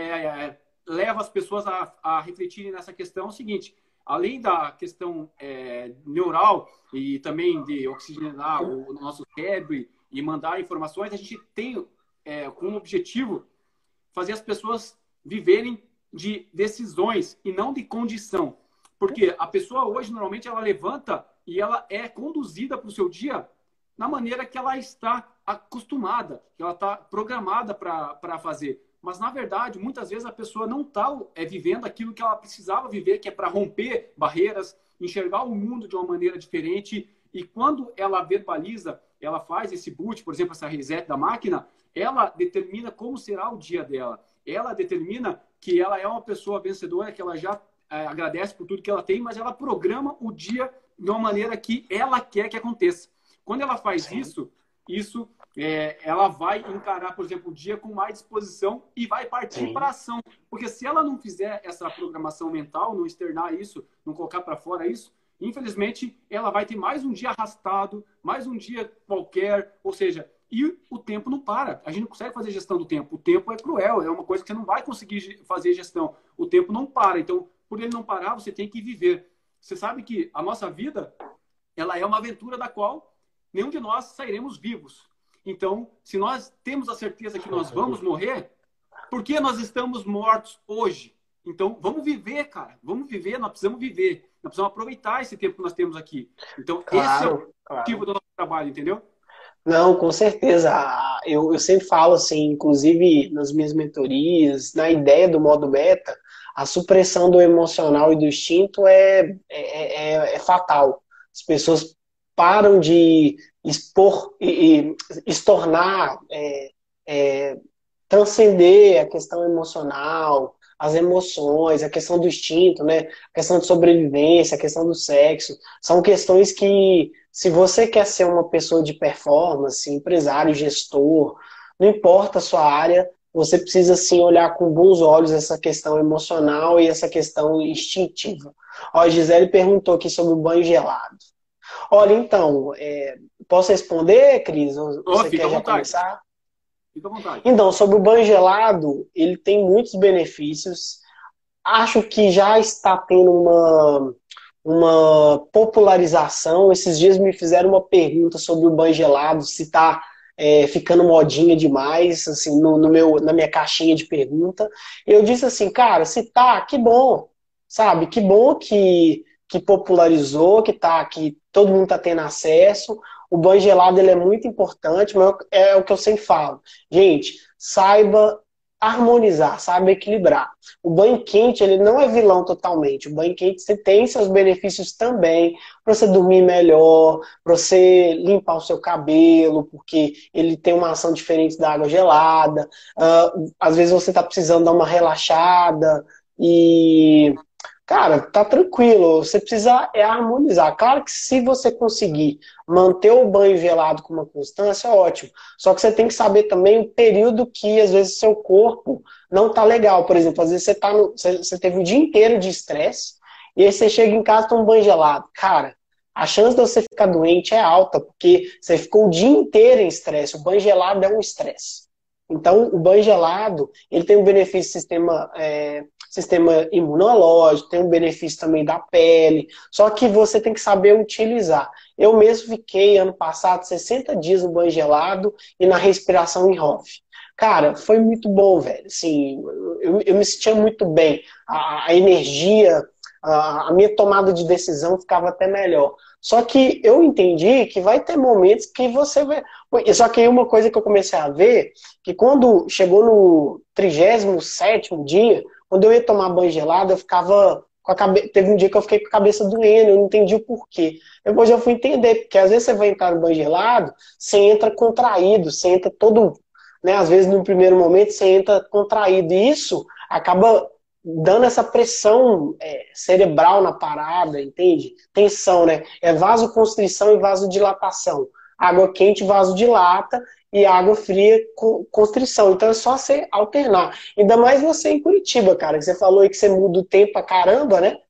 é, leva as pessoas a, a refletirem nessa questão é o seguinte, além da questão é, neural e também de oxigenar o, o nosso cérebro e, e mandar informações, a gente tem é, como objetivo fazer as pessoas viverem de decisões e não de condição. Porque a pessoa hoje, normalmente, ela levanta e ela é conduzida para o seu dia na maneira que ela está acostumada, que ela está programada para fazer. Mas, na verdade, muitas vezes a pessoa não está é, vivendo aquilo que ela precisava viver, que é para romper barreiras, enxergar o mundo de uma maneira diferente. E quando ela verbaliza, ela faz esse boot, por exemplo, essa reset da máquina, ela determina como será o dia dela. Ela determina que ela é uma pessoa vencedora, que ela já é, agradece por tudo que ela tem, mas ela programa o dia de uma maneira que ela quer que aconteça. Quando ela faz sim, isso, isso é, ela vai encarar, por exemplo, o dia com mais disposição e vai partir para a sim. ação. Porque se ela não fizer essa programação mental, não externar isso, não colocar para fora isso, infelizmente, ela vai ter mais um dia arrastado, mais um dia qualquer, ou seja, e o tempo não para. A gente não consegue fazer gestão do tempo. O tempo é cruel, é uma coisa que você não vai conseguir fazer gestão. O tempo não para. Então, por ele não parar, você tem que viver. Você sabe que a nossa vida, ela é uma aventura da qual nenhum de nós sairemos vivos. Então, se nós temos a certeza que nós vamos morrer, por que nós estamos mortos hoje? Então, vamos viver, cara. Vamos viver, nós precisamos viver. Nós precisamos aproveitar esse tempo que nós temos aqui. Então, esse é o Claro, motivo claro. do nosso trabalho, entendeu? Não, com certeza. Ah, Eu, eu sempre falo assim, inclusive nas minhas mentorias, na ideia do modo beta, a supressão do emocional e do instinto é, é, é, é fatal. As pessoas param de expor e, e estornar, é, é, transcender a questão emocional, as emoções, a questão do instinto, né? A questão de sobrevivência, a questão do sexo. São questões que, se você quer ser uma pessoa de performance, empresário, gestor, não importa a sua área, você precisa sim olhar com bons olhos essa questão emocional e essa questão instintiva. Ó, a Gisele perguntou aqui sobre o banho gelado. Olha, então, é, posso responder, Cris? Ou Oh, você fica à quer já vontade. começar? Fica à vontade. Então, sobre o banho gelado, ele tem muitos benefícios. Acho que já está tendo uma, uma popularização. Esses dias me fizeram uma pergunta sobre o banho gelado, se está é, ficando modinha demais, assim, no, no meu, na minha caixinha de pergunta. Eu disse assim, cara, se tá, que bom, sabe? Que bom que, que popularizou, que tá, que todo mundo está tendo acesso. O banho gelado ele é muito importante, mas é o que eu sempre falo. Gente, saiba harmonizar, saiba equilibrar. O banho quente, ele não é vilão totalmente. O banho quente você tem seus benefícios também, para você dormir melhor, para você limpar o seu cabelo, porque ele tem uma ação diferente da água gelada. Uh, às vezes você está precisando dar uma relaxada e cara, tá tranquilo. Você precisa é harmonizar. Claro que se você conseguir manter o banho gelado com uma constância, é ótimo. Só que você tem que saber também o período que, às vezes, seu corpo não tá legal. Por exemplo, às vezes você, tá no, você, você teve o dia inteiro de estresse e aí você chega em casa e toma um banho gelado. Cara, a chance de você ficar doente é alta, porque você ficou o dia inteiro em estresse. O banho gelado é um estresse. Então, o banho gelado, ele tem um benefício sistema, é, sistema imunológico, tem um benefício também da pele, só que você tem que saber utilizar. Eu mesmo fiquei, ano passado, sessenta dias no banho gelado e na respiração em Hof. Cara, foi muito bom, velho. Assim, eu, eu me sentia muito bem. A, a energia, a, a minha tomada de decisão ficava até melhor. Só que eu entendi que vai ter momentos que você vai... Só que aí uma coisa que eu comecei a ver, que quando chegou no trigésimo sétimo dia, quando eu ia tomar banho gelado, eu ficava com a cabeça... Teve um dia que eu fiquei com a cabeça doendo, eu não entendi o porquê. Depois eu fui entender, porque às vezes você vai entrar no banho gelado, você entra contraído, você entra todo... Né? Às vezes, no primeiro momento, você entra contraído. E isso acaba dando essa pressão é, cerebral na parada, entende? Tensão, né? É vasoconstrição e vasodilatação. Água quente, vasodilata, e água fria, constrição. Então é só você alternar. Ainda mais você em Curitiba, cara, que você falou aí que você muda o tempo pra caramba, né?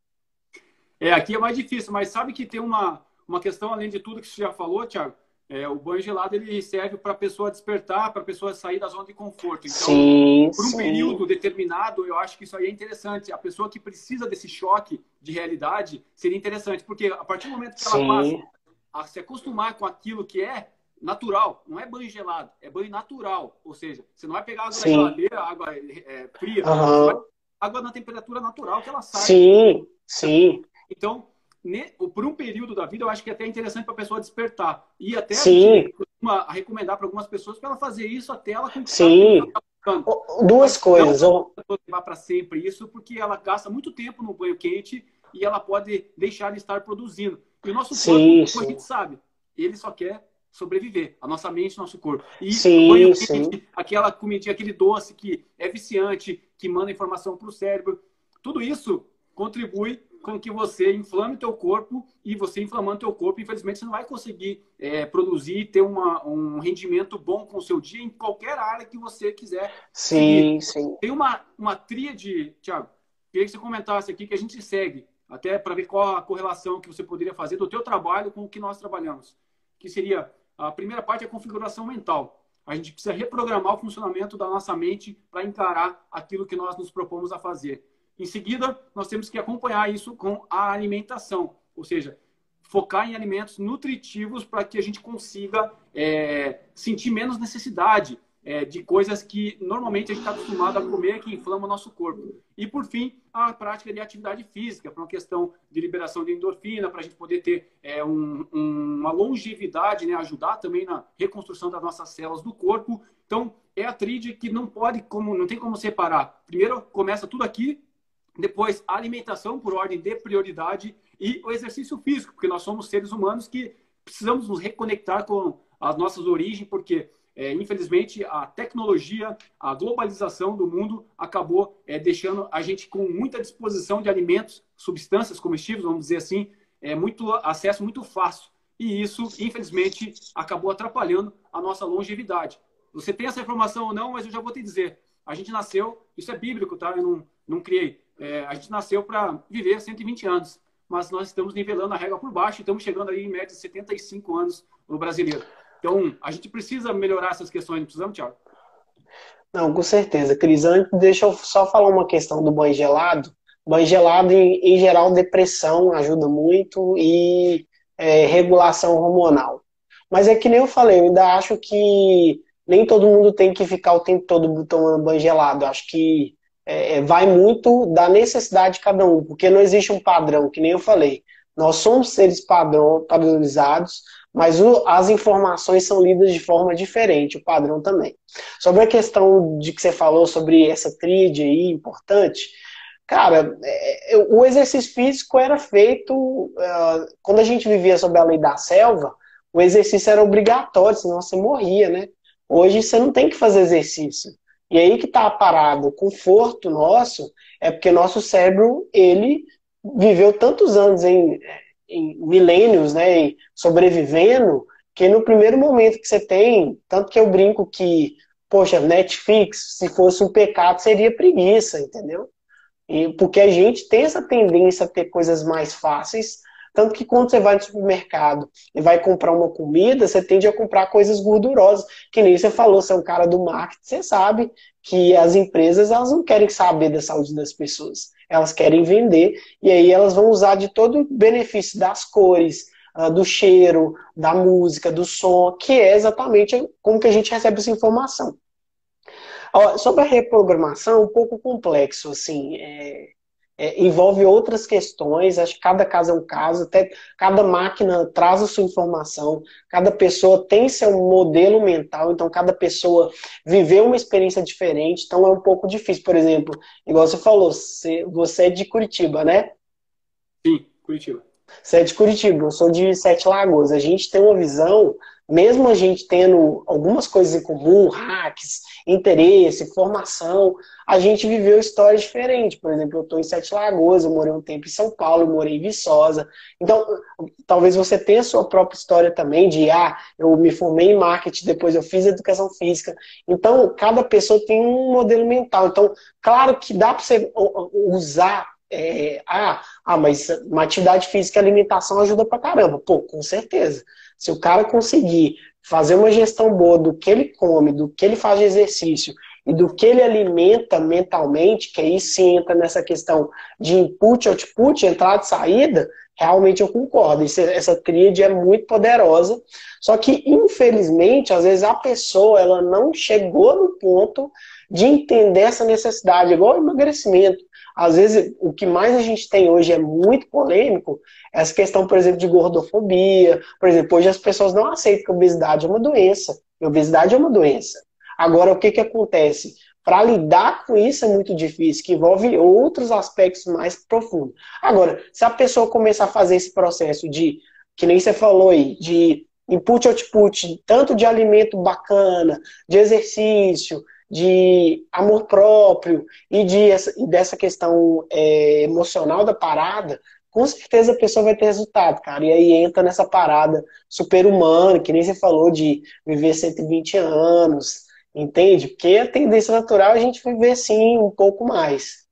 É, aqui é mais difícil, mas sabe que tem uma, uma questão, além de tudo que você já falou, Thiago? É, o banho gelado ele serve para a pessoa despertar, para a pessoa sair da zona de conforto. Então, sim, por um sim. período determinado, eu acho que isso aí é interessante. A pessoa que precisa desse choque de realidade seria interessante, porque a partir do momento que ela sim. passa a se acostumar com aquilo que é natural, não é banho gelado, é banho natural. Ou seja, você não vai pegar água sim. da geladeira, água é, fria, uhum. você vai água na temperatura natural que ela sai. Sim, sim. Então, por um período da vida, eu acho que é até interessante para a pessoa despertar. E até Sim. a gente costuma recomendar para algumas pessoas para ela fazer isso até ela conquistar Sim. aquilo que ela está buscando. Duas Mas coisas. não pode levar para sempre isso, porque ela gasta muito tempo no banho quente e ela pode deixar de estar produzindo. E o nosso sim, corpo, como a gente sabe, ele só quer sobreviver. A nossa mente, nosso corpo. E sim, o banho sim. quente, aquela comidinha, aquele doce que é viciante, que manda informação para o cérebro, tudo isso contribui com que você inflame o teu corpo, e você inflamando o teu corpo, infelizmente, você não vai conseguir é, produzir e ter uma, um rendimento bom com o seu dia em qualquer área que você quiser sim, seguir. Sim. Tem uma, uma tríade, Thiago, queria que você comentasse aqui, que a gente segue, até para ver qual a correlação que você poderia fazer do teu trabalho com o que nós trabalhamos. Que seria, a primeira parte, a configuração mental. A gente precisa reprogramar o funcionamento da nossa mente para encarar aquilo que nós nos propomos a fazer. Em seguida, nós temos que acompanhar isso com a alimentação, ou seja, focar em alimentos nutritivos para que a gente consiga é, sentir menos necessidade é, de coisas que normalmente a gente está acostumado a comer, que inflamam o nosso corpo. E, por fim, a prática de atividade física, para uma questão de liberação de endorfina, para a gente poder ter é, um, um, uma longevidade, né, ajudar também na reconstrução das nossas células do corpo. Então, é a tríade que não pode, como, não tem como separar. Primeiro, começa tudo aqui. Depois, a alimentação por ordem de prioridade e o exercício físico, porque nós somos seres humanos que precisamos nos reconectar com as nossas origens, porque, é, infelizmente, a tecnologia, a globalização do mundo acabou é, deixando a gente com muita disposição de alimentos, substâncias comestíveis, vamos dizer assim, é, muito acesso muito fácil. E isso, infelizmente, acabou atrapalhando a nossa longevidade. Você tem essa informação ou não, mas eu já vou te dizer. A gente nasceu, isso é bíblico, tá? Eu não, não criei. É, a gente nasceu para viver cento e vinte anos, mas nós estamos nivelando a régua por baixo e estamos chegando aí em média de setenta e cinco anos no brasileiro. Então, a gente precisa melhorar essas questões, não precisamos, Thiago? Não, com certeza. Cris, antes, deixa eu só falar uma questão do banho gelado. Banho gelado, em, em geral, depressão ajuda muito e é, regulação hormonal. Mas é que nem eu falei, eu ainda acho que nem todo mundo tem que ficar o tempo todo tomando banho gelado. Eu acho que É, vai muito da necessidade de cada um, porque não existe um padrão, que nem eu falei. Nós somos seres padrão, padronizados, mas o, as informações são lidas de forma diferente, o padrão também. Sobre a questão de que você falou sobre essa tríade aí, importante, cara, é, o exercício físico era feito, uh, quando a gente vivia sob a lei da selva, o exercício era obrigatório, senão você morria, né? Hoje você não tem que fazer exercício. E aí que está a parada, o conforto nosso é porque nosso cérebro, ele viveu tantos anos em, em milênios, né, sobrevivendo, que no primeiro momento que você tem, tanto que eu brinco que, poxa, Netflix, se fosse um pecado, seria preguiça, entendeu? E porque a gente tem essa tendência a ter coisas mais fáceis Tanto que quando você vai no supermercado e vai comprar uma comida, você tende a comprar coisas gordurosas. Que nem você falou, você é um cara do marketing, você sabe que as empresas elas não querem saber da saúde das pessoas. Elas querem vender e aí elas vão usar de todo o benefício das cores, do cheiro, da música, do som, que é exatamente como que a gente recebe essa informação. Sobre a reprogramação, é um pouco complexo, assim, é, é, envolve outras questões, acho que cada caso é um caso, até cada máquina traz a sua informação, cada pessoa tem seu modelo mental, então cada pessoa viveu uma experiência diferente, então é um pouco difícil. Por exemplo, igual você falou, você, você é de Curitiba, né? Sim, Curitiba. Você é de Curitiba, eu sou de Sete Lagoas. A gente tem uma visão, mesmo a gente tendo algumas coisas em comum, hacks, interesse, formação, a gente viveu histórias diferentes. Por exemplo, eu estou em Sete Lagoas, eu morei um tempo em São Paulo, eu morei em Viçosa. Então, talvez você tenha a sua própria história também de, ah, eu me formei em marketing, depois eu fiz educação física. Então, cada pessoa tem um modelo mental. Então, claro que dá para você usar É, ah, ah, mas uma atividade física e alimentação ajuda pra caramba. Pô, com certeza. Se o cara conseguir fazer uma gestão boa do que ele come, do que ele faz de exercício e do que ele alimenta mentalmente, que aí sim entra nessa questão de input, output, entrada e saída, realmente eu concordo. Isso, essa tríade é muito poderosa. Só que, infelizmente, às vezes a pessoa ela não chegou no ponto de entender essa necessidade, igual o emagrecimento. Às vezes, o que mais a gente tem hoje é muito polêmico, essa questão, por exemplo, de gordofobia. Por exemplo, hoje as pessoas não aceitam que a obesidade é uma doença. E a obesidade é uma doença. Agora, o que, que acontece? Para lidar com isso é muito difícil, que envolve outros aspectos mais profundos. Agora, se a pessoa começar a fazer esse processo de, que nem você falou aí, de input, output, tanto de alimento bacana, de exercício, de amor próprio e, de, e dessa questão é, emocional da parada, com certeza a pessoa vai ter resultado, cara. E aí entra nessa parada super-humana, que nem você falou de viver cento e vinte anos, entende? Porque a tendência natural é a gente viver, sim, um pouco mais.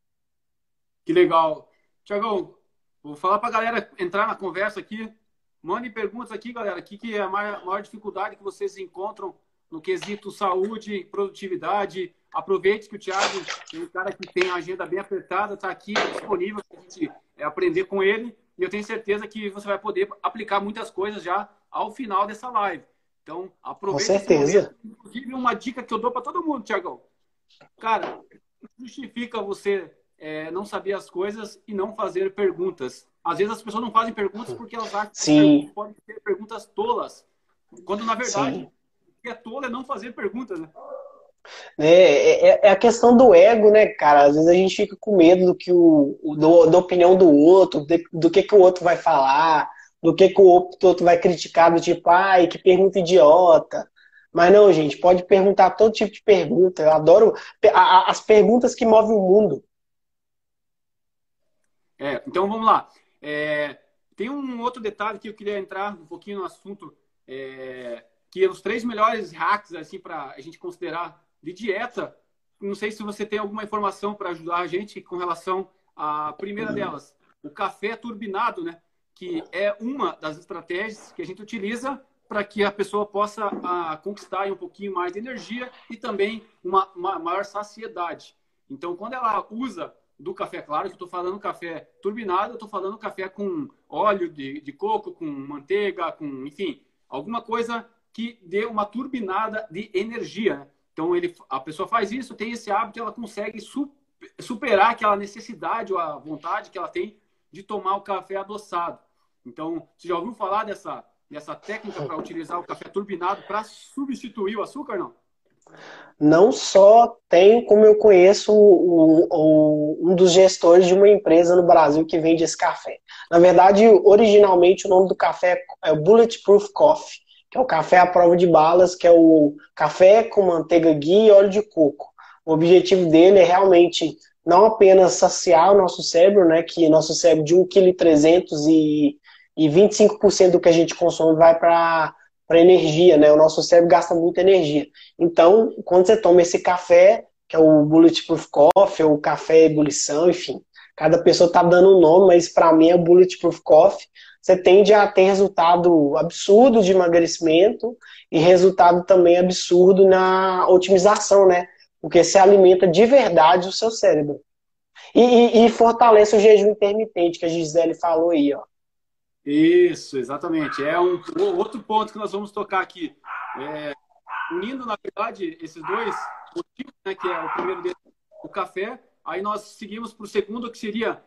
Que legal. Tiagão, vou falar para a galera entrar na conversa aqui. Mandem perguntas aqui, galera. O que, que é a maior, maior dificuldade que vocês encontram no quesito saúde, produtividade? Aproveite que o Thiago é um cara que tem a agenda bem apertada, está aqui disponível para a gente aprender com ele. E eu tenho certeza que você vai poder aplicar muitas coisas já ao final dessa live. Então, aproveite esse momento. Inclusive, uma dica que eu dou para todo mundo, Thiagão. Cara, justifica você é, não saber as coisas e não fazer perguntas. Às vezes as pessoas não fazem perguntas porque elas acham que podem ser perguntas tolas. Quando, na verdade, Sim. o que é tolo é não fazer perguntas, né? É, é, é a questão do ego, né, cara? Às vezes a gente fica com medo do que o, do, da opinião do outro, de, do que, que o outro vai falar, do que, que o outro vai criticar, do tipo, ai, que pergunta idiota. Mas não, gente, pode perguntar todo tipo de pergunta. Eu adoro as perguntas que movem o mundo. É, então vamos lá. É, tem um outro detalhe que eu queria entrar um pouquinho no assunto, é, que os três melhores hacks assim, para a gente considerar de dieta. Não sei se você tem alguma informação para ajudar a gente com relação à primeira delas, o café turbinado, né? Que é uma das estratégias que a gente utiliza para que a pessoa possa a, conquistar um pouquinho mais de energia e também uma, uma maior saciedade. Então, quando ela usa do café, claro que eu estou falando café turbinado, eu estou falando café com óleo de, de coco, com manteiga, com, enfim, alguma coisa que dê uma turbinada de energia, né? Então, ele, a pessoa faz isso, tem esse hábito, ela consegue su, superar aquela necessidade ou a vontade que ela tem de tomar o café adoçado. Então, você já ouviu falar dessa, dessa técnica para utilizar o café turbinado para substituir o açúcar, não? Não só tem, como eu conheço o, o, um dos gestores de uma empresa no Brasil que vende esse café. Na verdade, originalmente o nome do café é o Bulletproof Coffee, que é o café à prova de balas, que é o café com manteiga ghee e óleo de coco. O objetivo dele é realmente não apenas saciar o nosso cérebro, né, que nosso cérebro de um vírgula trezentos quilos e vinte e cinco por cento do que a gente consome vai para para energia, né? O nosso cérebro gasta muita energia. Então, quando você toma esse café, que é o Bulletproof Coffee, ou café ebulição, enfim, cada pessoa está dando um nome, mas para mim é o Bulletproof Coffee. Você tende a ter resultado absurdo de emagrecimento e resultado também absurdo na otimização, né? Porque você alimenta de verdade o seu cérebro. E, e, e fortalece o jejum intermitente, que a Gisele falou aí, ó. Isso, exatamente. É um outro ponto que nós vamos tocar aqui. É, unindo, na verdade, esses dois motivos, né, que é o primeiro deles, o café, aí nós seguimos para o segundo, que seria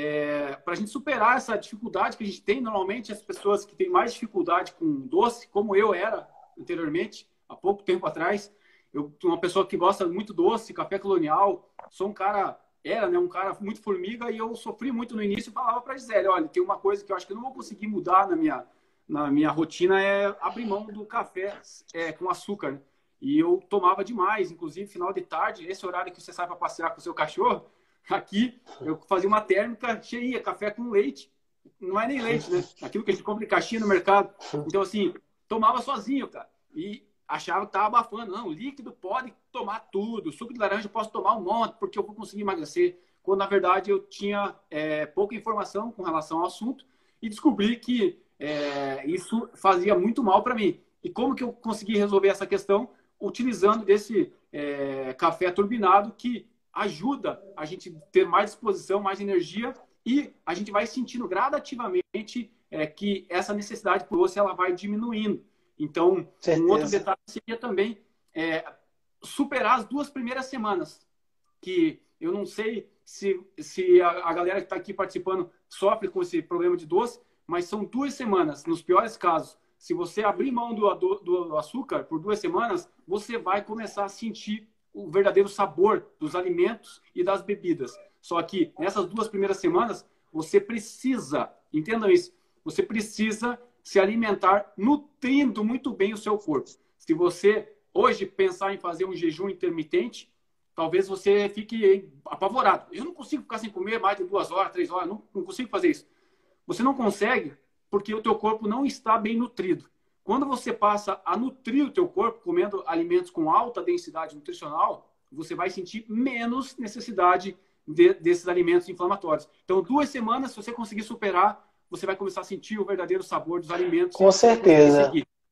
é, para a gente superar essa dificuldade que a gente tem. Normalmente, as pessoas que têm mais dificuldade com doce, como eu era anteriormente, há pouco tempo atrás, eu sou uma pessoa que gosta muito doce, café colonial, sou um cara... Era, né, um cara muito formiga, e eu sofri muito no início e falava para a Gisele, olha, tem uma coisa que eu acho que eu não vou conseguir mudar na minha, na minha rotina, é abrir mão do café é, com açúcar. Né? E eu tomava demais, inclusive final de tarde, esse horário que você sai para passear com o seu cachorro, aqui eu fazia uma térmica cheia, café com leite, não é nem leite, né? Aquilo que a gente compra em caixinha no mercado. Então, assim, tomava sozinho, cara. E achava que estava abafando. Não, líquido pode tomar tudo. Suco de laranja eu posso tomar um monte, porque eu vou conseguir emagrecer. Quando, na verdade, eu tinha é, pouca informação com relação ao assunto e descobri que é, isso fazia muito mal para mim. E como que eu consegui resolver essa questão? Utilizando desse é, café turbinado, que ajuda a gente ter mais disposição, mais energia, e a gente vai sentindo gradativamente é, que essa necessidade por você ela vai diminuindo. Então, certeza. Um outro detalhe seria também é, superar as duas primeiras semanas, que eu não sei se, se a, a galera que está aqui participando sofre com esse problema de doce, mas são duas semanas, nos piores casos. Se você abrir mão do, do, do açúcar por duas semanas, você vai começar a sentir o verdadeiro sabor dos alimentos e das bebidas. Só que nessas duas primeiras semanas, você precisa, entendam isso, você precisa se alimentar nutrindo muito bem o seu corpo. Se você hoje pensar em fazer um jejum intermitente, talvez você fique apavorado. Eu não consigo ficar sem comer mais de duas horas, três horas, não, não consigo fazer isso. Você não consegue porque o teu corpo não está bem nutrido. Quando você passa a nutrir o teu corpo comendo alimentos com alta densidade nutricional, você vai sentir menos necessidade de, desses alimentos inflamatórios. Então, duas semanas, se você conseguir superar, você vai começar a sentir o verdadeiro sabor dos alimentos. Com certeza.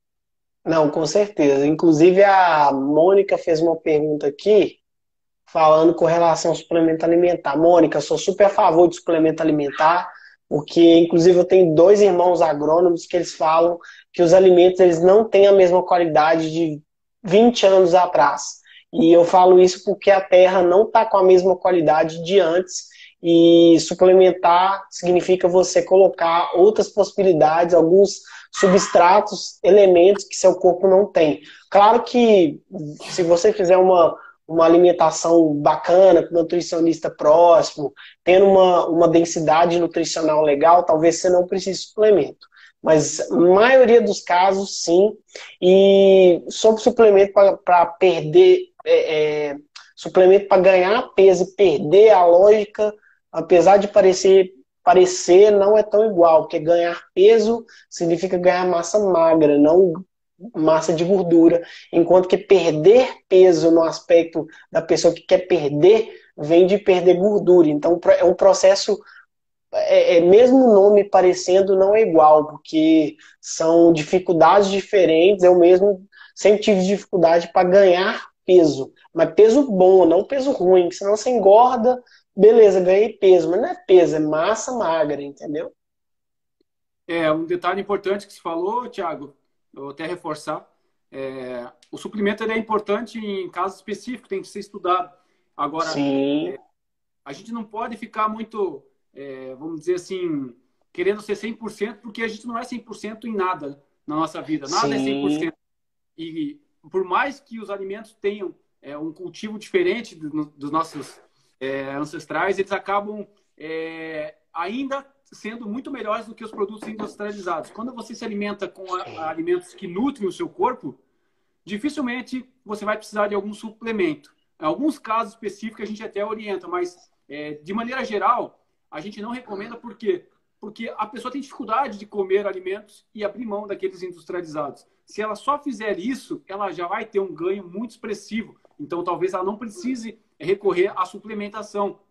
Não, com certeza. Inclusive, a Mônica fez uma pergunta aqui, falando com relação ao suplemento alimentar. Mônica, sou super a favor de suplemento alimentar, porque, inclusive, eu tenho dois irmãos agrônomos que eles falam que os alimentos eles não têm a mesma qualidade de vinte anos atrás. E eu falo isso porque a terra não está com a mesma qualidade de antes. E suplementar significa você colocar outras possibilidades, alguns substratos, elementos que seu corpo não tem. Claro que se você fizer uma, uma alimentação bacana, com um nutricionista próximo, tendo uma, uma densidade nutricional legal, talvez você não precise de suplemento. Mas na maioria dos casos, sim. E sobre suplemento para perder, é, é, suplemento para ganhar peso e perder a lógica, apesar de parecer, parecer, não é tão igual, porque ganhar peso significa ganhar massa magra, não massa de gordura, enquanto que perder peso no aspecto da pessoa que quer perder, vem de perder gordura. Então é um processo, é, é, mesmo o nome parecendo, não é igual, porque são dificuldades diferentes. Eu mesmo sempre tive dificuldade para ganhar peso, mas peso bom, não peso ruim, senão você engorda. Beleza, ganhei peso, mas não é peso, é massa magra, entendeu? É, um detalhe importante que você falou, Thiago, eu vou até reforçar, é, o suplemento ele é importante em casos específicos, tem que ser estudado. Agora, é, a gente não pode ficar muito, é, vamos dizer assim, querendo ser cem por cento, porque a gente não é cem por cento em nada na nossa vida, nada Sim. é cem por cento. E por mais que os alimentos tenham é, um cultivo diferente do, dos nossos É, ancestrais, eles acabam é, ainda sendo muito melhores do que os produtos industrializados. Quando você se alimenta com a, a alimentos que nutrem o seu corpo, dificilmente você vai precisar de algum suplemento. Em alguns casos específicos a gente até orienta, mas é, de maneira geral a gente não recomenda. Por quê? Porque a pessoa tem dificuldade de comer alimentos e abrir mão daqueles industrializados. Se ela só fizer isso, ela já vai ter um ganho muito expressivo. Então talvez ela não precise recorrer à suplementação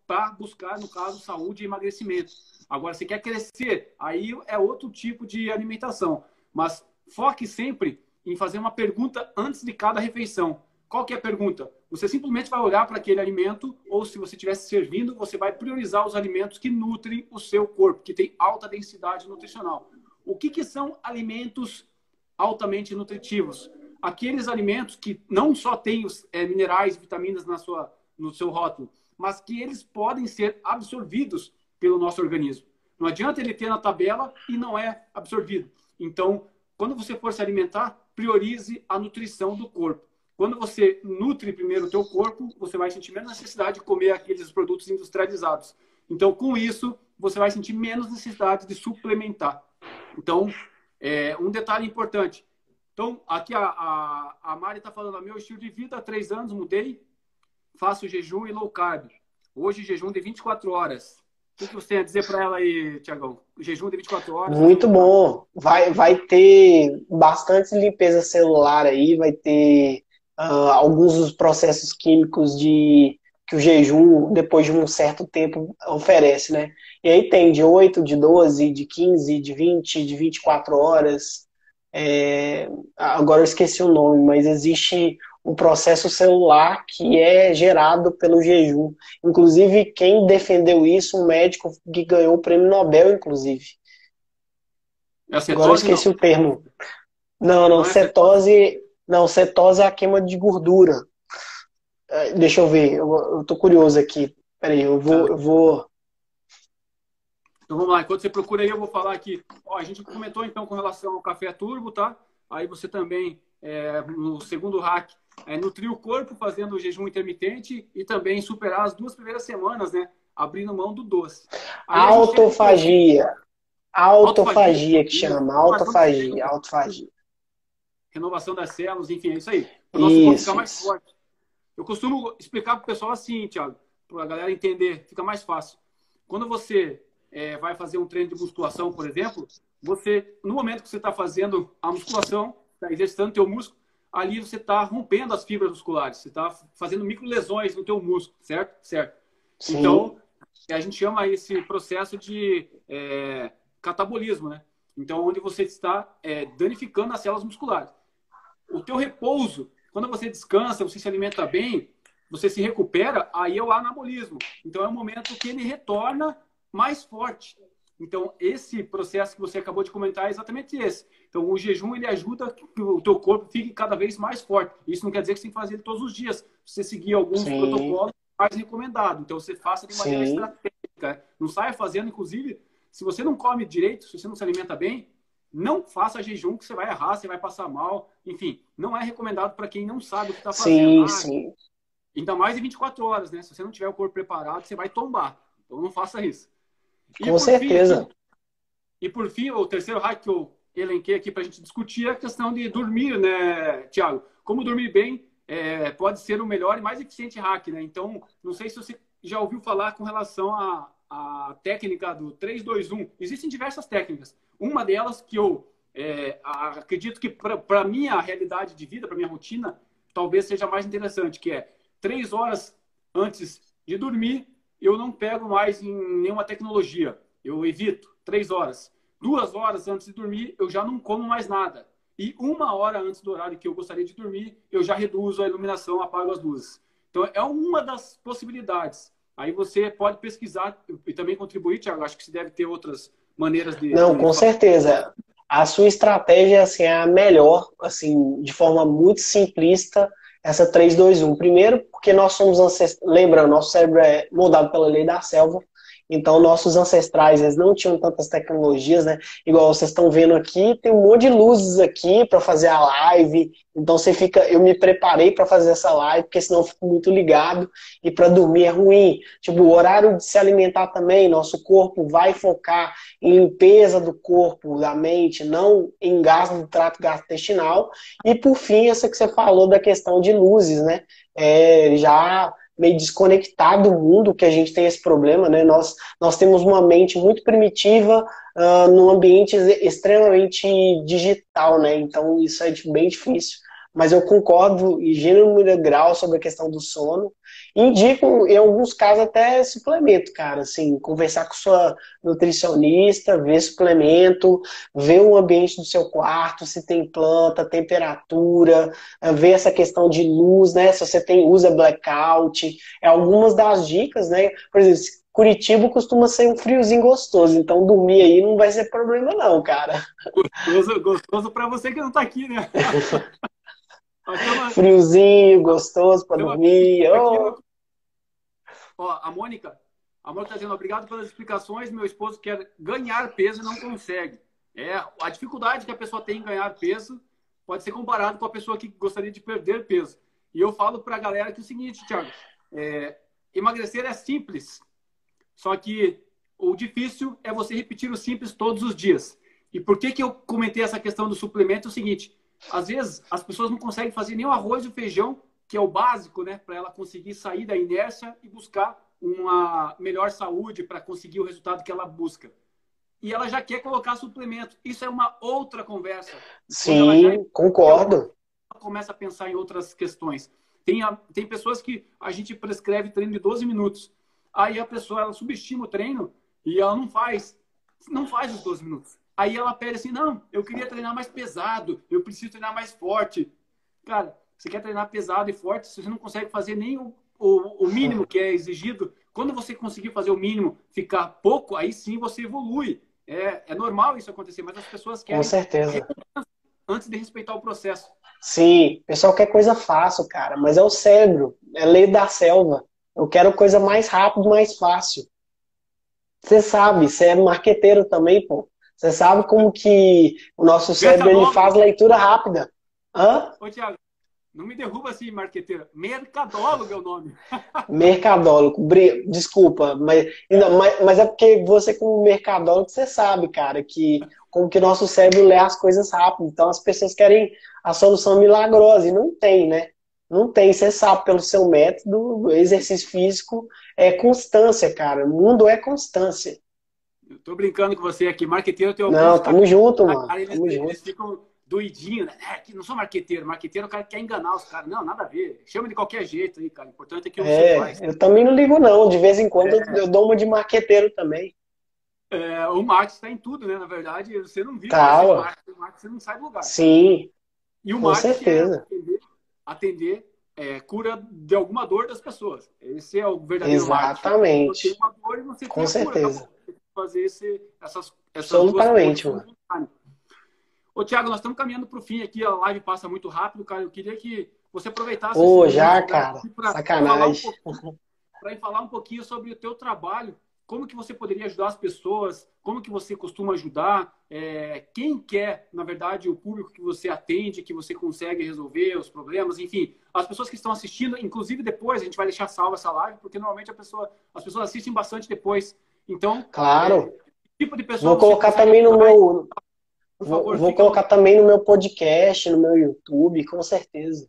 para buscar, no caso, saúde e emagrecimento. Agora, você quer crescer, aí é outro tipo de alimentação. Mas foque sempre em fazer uma pergunta antes de cada refeição. Qual que é a pergunta? Você simplesmente vai olhar para aquele alimento, ou se você estiver servindo, você vai priorizar os alimentos que nutrem o seu corpo, que tem alta densidade nutricional. O que, que são alimentos altamente nutritivos? Aqueles alimentos que não só têm os é, minerais e vitaminas na sua, no seu rótulo, mas que eles podem ser absorvidos pelo nosso organismo. Não adianta ele ter na tabela e não é absorvido. Então, quando você for se alimentar, priorize a nutrição do corpo. Quando você nutre primeiro o teu corpo, você vai sentir menos necessidade de comer aqueles produtos industrializados. Então, com isso, você vai sentir menos necessidade de suplementar. Então, é, um detalhe importante. Então, aqui a, a, a Mari está falando, meu estilo de vida, há três anos mudei, faço jejum e low carb. Hoje, jejum de vinte e quatro horas. O que você tem a dizer para ela aí, Tiagão? Jejum de vinte e quatro horas? Muito bom. Vai, vai ter bastante limpeza celular aí, vai ter uh, alguns dos processos químicos de, que o jejum, depois de um certo tempo, oferece, né? E aí tem de oito, de doze, de quinze, de vinte, de vinte e quatro horas. É, agora eu esqueci o nome, mas existe um processo celular que é gerado pelo jejum. Inclusive, quem defendeu isso, um médico que ganhou o prêmio Nobel, inclusive. É a cetose, agora eu esqueci não? o termo. Não, não, Não é cetose, não, cetose é a queima de gordura. É, deixa eu ver, eu, eu tô curioso aqui. Peraí, eu vou, eu vou... Então vamos lá, enquanto você procura aí, eu vou falar aqui. Ó, a gente comentou então com relação ao café turbo, tá? Aí você também, é, no segundo hack, é, nutrir o corpo fazendo o jejum intermitente e também superar as duas primeiras semanas, né? Abrindo mão do doce. Aí Autofagia. Tem... Autofagia que chama. Autofagia. Autofagia. Renovação das células, enfim, é isso aí. Para o nosso corpo ficar mais forte. Eu costumo explicar para o pessoal assim, Thiago, para a galera entender, fica mais fácil. Quando você é, vai fazer um treino de musculação, por exemplo, você, no momento que você está fazendo a musculação, está exercitando o teu músculo, ali você está rompendo as fibras musculares, você está fazendo micro lesões no teu músculo, certo? Certo. Sim. Então, a gente chama esse processo de é, catabolismo, né? Então, onde você está é, danificando as células musculares. O teu repouso, quando você descansa, você se alimenta bem, você se recupera, aí é o anabolismo. Então, é o momento que ele retorna mais forte. Então, esse processo que você acabou de comentar é exatamente esse. Então, o jejum, ele ajuda que o teu corpo fique cada vez mais forte. Isso não quer dizer que você tem que fazer ele todos os dias. Você seguir alguns Sim. protocolos mais recomendados. Então, você faça de maneira Sim. estratégica. Não saia fazendo, inclusive, se você não come direito, se você não se alimenta bem, não faça jejum que você vai errar, você vai passar mal. Enfim, não é recomendado para quem não sabe o que está fazendo. Sim, ah, sim. Ainda mais em vinte e quatro horas, né? Se você não tiver o corpo preparado, você vai tombar. Então, não faça isso. E Com por certeza. Fim, e por fim, o terceiro hack que eu elenquei aqui para a gente discutir é a questão de dormir, né, Thiago? Como dormir bem é, pode ser o melhor e mais eficiente hack, né? Então, não sei se você já ouviu falar com relação à, à técnica do três dois um. Existem diversas técnicas. Uma delas que eu é, acredito que para a minha realidade de vida, para minha rotina, talvez seja mais interessante, que é três horas antes de dormir, eu não pego mais em nenhuma tecnologia. Eu evito. Três horas. Duas horas antes de dormir, eu já não como mais nada. E uma hora antes do horário que eu gostaria de dormir, eu já reduzo a iluminação, apago as luzes. Então, é uma das possibilidades. Aí você pode pesquisar e também contribuir, Thiago. Acho que você deve ter outras maneiras de... Não, de com fazer. certeza. A sua estratégia assim, é a melhor, assim, de forma muito simplista, essa três dois um. Primeiro, porque nós somos ancestrais. Lembra, nosso cérebro é moldado pela lei da selva. Então, nossos ancestrais, eles não tinham tantas tecnologias, né? Igual vocês estão vendo aqui, tem um monte de luzes aqui para fazer a live. Então, você fica... Eu me preparei para fazer essa live, porque senão eu fico muito ligado. E para dormir é ruim. Tipo, o horário de se alimentar também, nosso corpo vai focar em limpeza do corpo, da mente, não em gasto do trato gastrointestinal. E, por fim, essa que você falou da questão de luzes, né? É, já... meio desconectado do mundo, que a gente tem esse problema, né? Nós, nós temos uma mente muito primitiva uh, num ambiente extremamente digital, né? Então isso é bem difícil. Mas eu concordo em gênero e grau sobre a questão do sono. Indico, em alguns casos, até suplemento, cara. Assim, conversar com sua nutricionista, ver suplemento, ver o ambiente do seu quarto, se tem planta, temperatura, eh, ver essa questão de luz, né? Se você tem, usa blackout. É algumas das dicas, né? Por exemplo, Curitiba costuma ser um friozinho gostoso, então dormir aí não vai ser problema não, cara. Gostoso, gostoso para você que não está aqui, né? Uma, Friozinho, gostoso para dormir. aqui, Oh. ó, a Mônica, a Mônica está dizendo obrigado pelas explicações. Meu esposo quer ganhar peso e não consegue. É, a dificuldade que a pessoa tem em ganhar peso pode ser comparado com a pessoa que gostaria de perder peso. E eu falo para a galera que é o seguinte, Thiago, é, emagrecer é simples, só que o difícil é você repetir o simples todos os dias. E por que que eu comentei essa questão do suplemento? É o seguinte, às vezes as pessoas não conseguem fazer nem o arroz e o feijão, que é o básico, né, para ela conseguir sair da inércia e buscar uma melhor saúde, para conseguir o resultado que ela busca. E ela já quer colocar suplemento. Isso é uma outra conversa. Sim, já... concordo. Ela começa a pensar em outras questões. Tem, a... tem pessoas que a gente prescreve treino de doze minutos. Aí a pessoa, ela subestima o treino e ela não faz. Não faz os doze minutos. Aí ela pede assim, não, eu queria treinar mais pesado, eu preciso treinar mais forte. Cara, você quer treinar pesado e forte, se você não consegue fazer nem o, o, o mínimo que é exigido, quando você conseguir fazer o mínimo, ficar pouco, aí sim você evolui. É, é normal isso acontecer, mas as pessoas querem... Com certeza. Antes de respeitar o processo. Sim, o pessoal quer coisa fácil, cara, mas é o cérebro, é a lei da selva. Eu quero coisa mais rápido, mais fácil. Você sabe, você é marqueteiro também, pô. Você sabe como que o nosso cérebro ele faz leitura rápida. Hã? Ô, Thiago, não me derruba assim, marqueteiro. Mercadólogo é o nome. Mercadólogo. Desculpa, mas, não, mas, mas é porque você, como mercadólogo, você sabe, cara, que como que nosso cérebro lê as coisas rápido. Então as pessoas querem a solução milagrosa e não tem, né? Não tem. Você sabe pelo seu método, o exercício físico é constância, cara. O mundo é constância. Eu tô brincando com você aqui. Marqueteiro tem alguns... Não, tamo junto, mano. Cara, eles, tamo eles junto. ficam doidinhos, né? É, não sou marqueteiro. Marqueteiro é o cara que quer enganar os caras. Não, nada a ver. Chama de qualquer jeito aí, cara. O importante é que você É, faz. eu também não ligo, não. De vez em quando É. eu, eu dou uma de marqueteiro também. É, o marketing está em tudo, né? Na verdade, você não vive Tá, sem marketing. O marketing você não sai do lugar. Sim, E o com marketing certeza. é atender, atender é, cura de alguma dor das pessoas. Esse é o verdadeiro Exatamente. marketing. Você tem uma dor e você Com tem a certeza. cura. Você tem que fazer esse, essas, essas Absolutamente, duas mano. coisas. Ô, Thiago, nós estamos caminhando para o fim aqui. A live passa muito rápido, cara. Eu queria que você aproveitasse Ô, esse já, momento, cara. para Sacanagem. falar, falar um pouquinho sobre o teu trabalho. Como que você poderia ajudar as pessoas? Como que você costuma ajudar? É, quem quer, na verdade, o público que você atende, que você consegue resolver os problemas, enfim, as pessoas que estão assistindo, inclusive depois, a gente vai deixar salva essa live, porque normalmente a pessoa, as pessoas assistem bastante depois. Então, Claro. É, tipo de pessoa vou colocar também no meu... Por favor, vou vou colocar no... também no meu podcast, no meu YouTube, com certeza.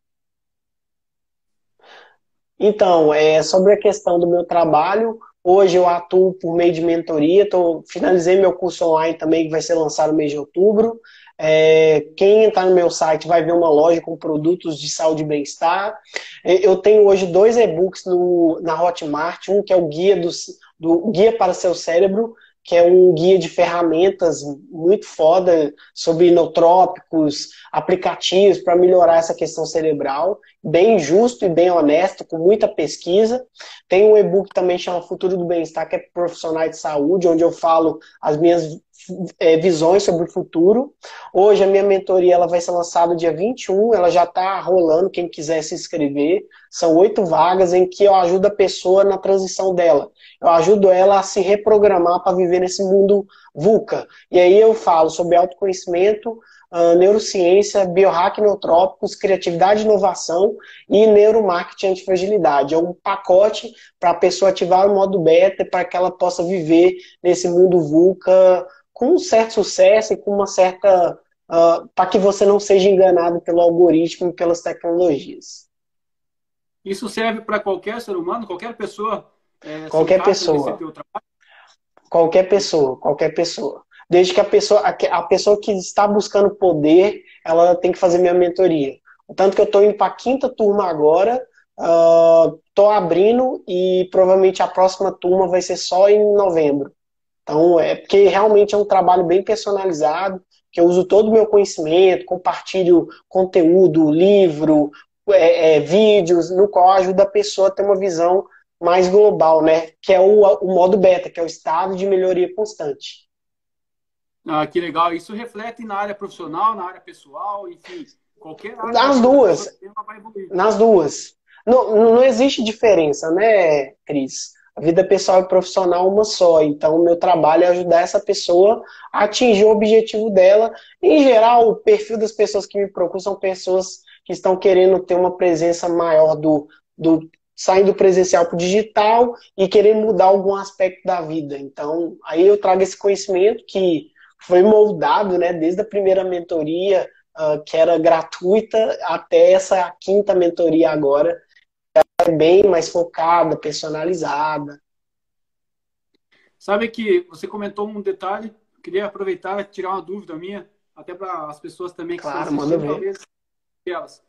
Então, é, sobre a questão do meu trabalho, hoje eu atuo por meio de mentoria, tô, finalizei meu curso online também, que vai ser lançado no mês de outubro. É, quem entrar no meu site vai ver uma loja com produtos de saúde e bem-estar. Eu tenho hoje dois e-books no, na Hotmart, um que é o Guia, do, do, Guia para Seu Cérebro, que é um guia de ferramentas muito foda sobre inotrópicos, aplicativos para melhorar essa questão cerebral, bem justo e bem honesto, com muita pesquisa. Tem um e-book também que chama Futuro do Bem-Estar, que é para profissionais de saúde, onde eu falo as minhas é, visões sobre o futuro. Hoje a minha mentoria ela vai ser lançada dia vinte e um, ela já está rolando, quem quiser se inscrever. São oito vagas em que eu ajudo a pessoa na transição dela. Eu ajudo ela a se reprogramar para viver nesse mundo VUCA. E aí eu falo sobre autoconhecimento, uh, neurociência, biohack neutrópicos, criatividade e inovação e neuromarketing antifragilidade. É um pacote para a pessoa ativar o modo beta para que ela possa viver nesse mundo VUCA com um certo sucesso e com uma certa... Uh, para que você não seja enganado pelo algoritmo e pelas tecnologias. Isso serve para qualquer ser humano, qualquer pessoa? É, qualquer pessoa. Qualquer pessoa, qualquer pessoa. Desde que a pessoa, a pessoa que está buscando poder, ela tem que fazer minha mentoria. Tanto que eu estou indo para a quinta turma agora, Estou abrindo e provavelmente a próxima turma vai ser só em novembro. Então, é porque realmente é um trabalho bem personalizado, que eu uso todo o meu conhecimento, compartilho conteúdo, livro, é, é, vídeos, no qual ajuda a pessoa a ter uma visão mais global, né? Que é o, o modo beta, que é o estado de melhoria constante. Ah, que legal. Isso reflete na área profissional, na área pessoal, enfim, qualquer área da Nas vida da pessoa duas, ela vai evoluir. nas duas. Não, não existe diferença, né, Cris? A vida pessoal e profissional é uma só. Então, o meu trabalho é ajudar essa pessoa a atingir o objetivo dela. Em geral, o perfil das pessoas que me procuram são pessoas que estão querendo ter uma presença maior do, do saindo do presencial para o digital e querendo mudar algum aspecto da vida. Então, aí eu trago esse conhecimento que foi moldado, né, desde a primeira mentoria, uh, que era gratuita, até essa quinta mentoria agora, é bem mais focada, personalizada. Sabe que você comentou um detalhe, queria aproveitar e tirar uma dúvida minha, até para as pessoas também que estão Claro, manda assistindo, ver. talvez elas,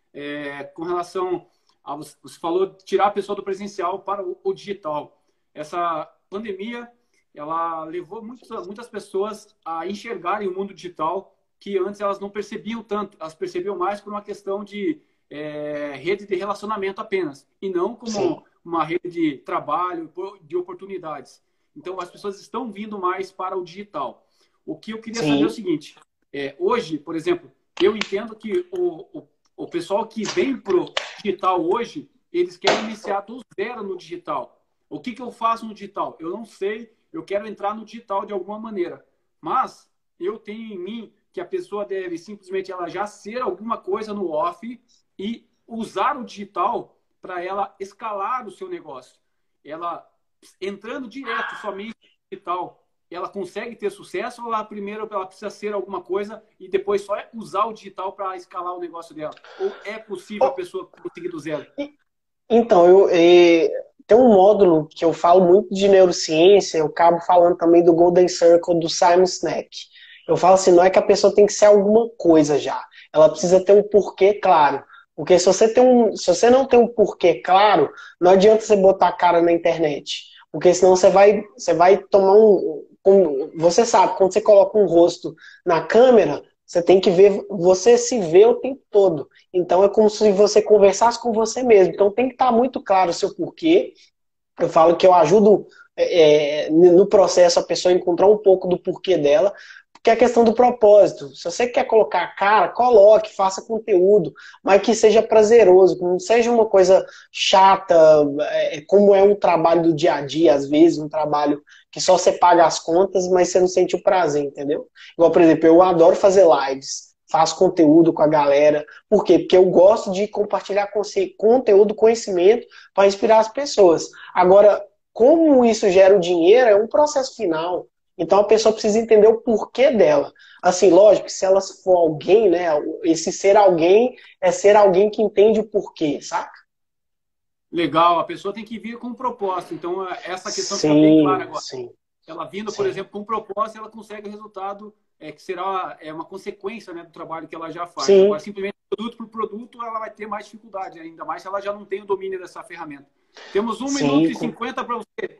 é, com relação a você falou de tirar a pessoa do presencial para o, o digital. Essa pandemia, ela levou muitas, muitas pessoas a enxergarem o mundo digital que antes elas não percebiam tanto, elas percebiam mais por uma questão de é, rede de relacionamento apenas, e não Sim, como uma rede de trabalho, de oportunidades. Então, as pessoas estão vindo mais para o digital. O que eu queria saber é o sim, seguinte: é, hoje, por exemplo, eu entendo que o, o, o pessoal que vem para o digital hoje, eles querem iniciar do zero no digital. O que, que eu faço no digital? Eu não sei, eu quero entrar no digital de alguma maneira. Mas eu tenho em mim que a pessoa deve simplesmente ela já ser alguma coisa no off e usar o digital para ela escalar o seu negócio. Ela entrando direto somente no digital, ela consegue ter sucesso ou ela primeiro ela precisa ser alguma coisa e depois só é usar o digital para escalar o negócio dela? Ou é possível a pessoa conseguir do zero? então, eu, eh, tem um módulo que eu falo muito de neurociência, eu acabo falando também do Golden Circle do Simon Sinek. Eu falo assim, não é que a pessoa tem que ser alguma coisa já, ela precisa ter um porquê claro. Porque se você, tem um, se você não tem um porquê claro, não adianta você botar a cara na internet. Porque senão você vai, você vai tomar um, um. Você sabe, quando você coloca um rosto na câmera, você tem que ver, você se vê o tempo todo. Então é como se você conversasse com você mesmo. Então tem que estar muito claro o seu porquê. Eu falo que eu ajudo é, no processo a pessoa a encontrar um pouco do porquê dela, porque é a questão do propósito. Se você quer colocar a cara, coloque, faça conteúdo, mas que seja prazeroso, que não seja uma coisa chata, é, como é um trabalho do dia a dia, às vezes, um trabalho que só você paga as contas, mas você não sente o prazer, entendeu? Igual, por exemplo, eu adoro fazer lives, faço conteúdo com a galera. Por quê? Porque eu gosto de compartilhar conteúdo, conhecimento para inspirar as pessoas. Agora, como isso gera o dinheiro é um processo final. Então a pessoa precisa entender o porquê dela. Assim, lógico, se ela for alguém, né? Esse ser alguém é ser alguém que entende o porquê, saca? Legal, a pessoa tem que vir com um propósito. Então, essa questão fica bem clara Sim, agora. sim, Ela vindo, por sim. exemplo, com um propósito, ela consegue o resultado é, que será é, uma consequência, né, do trabalho que ela já faz. Agora, Sim, simplesmente produto por produto, ela vai ter mais dificuldade, ainda mais se ela já não tem o domínio dessa ferramenta. Temos um sim. minuto e cinquenta para você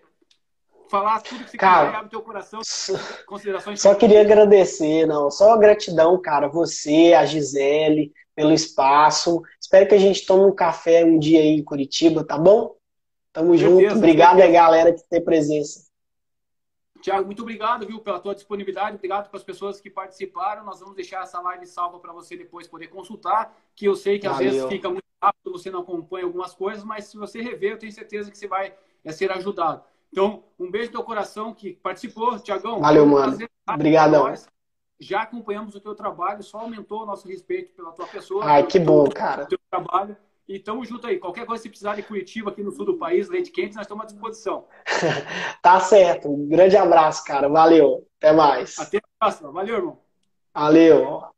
falar tudo que você quiser, Cara, abre teu coração, considerações só queria finais. agradecer, não, só gratidão, cara, você, a Gisele, pelo espaço. Espero que a gente tome um café um dia aí em Curitiba, tá bom? Tamo junto. Certeza, Obrigado aí, certeza. galera, que tem presença. Tiago, muito obrigado, viu, pela tua disponibilidade. Obrigado para as pessoas que participaram. Nós vamos deixar essa live salva para você depois poder consultar, que eu sei que às vezes Valeu. fica muito rápido, você não acompanha algumas coisas, mas se você rever, eu tenho certeza que você vai é, ser ajudado. Então, um beijo no teu coração que participou. Tiagão, foi Valeu, um mano. prazer para Obrigadão. nós. Já acompanhamos o teu trabalho, só aumentou o nosso respeito pela tua pessoa, Ai, pelo que teu, bom, cara. teu trabalho. E tamo junto aí. Qualquer coisa, se precisar de Curitiba, aqui no sul do país, leite quente, nós estamos à disposição. Tá certo. Um grande abraço, cara. Valeu. Até mais. Até a próxima. Valeu, irmão. Valeu.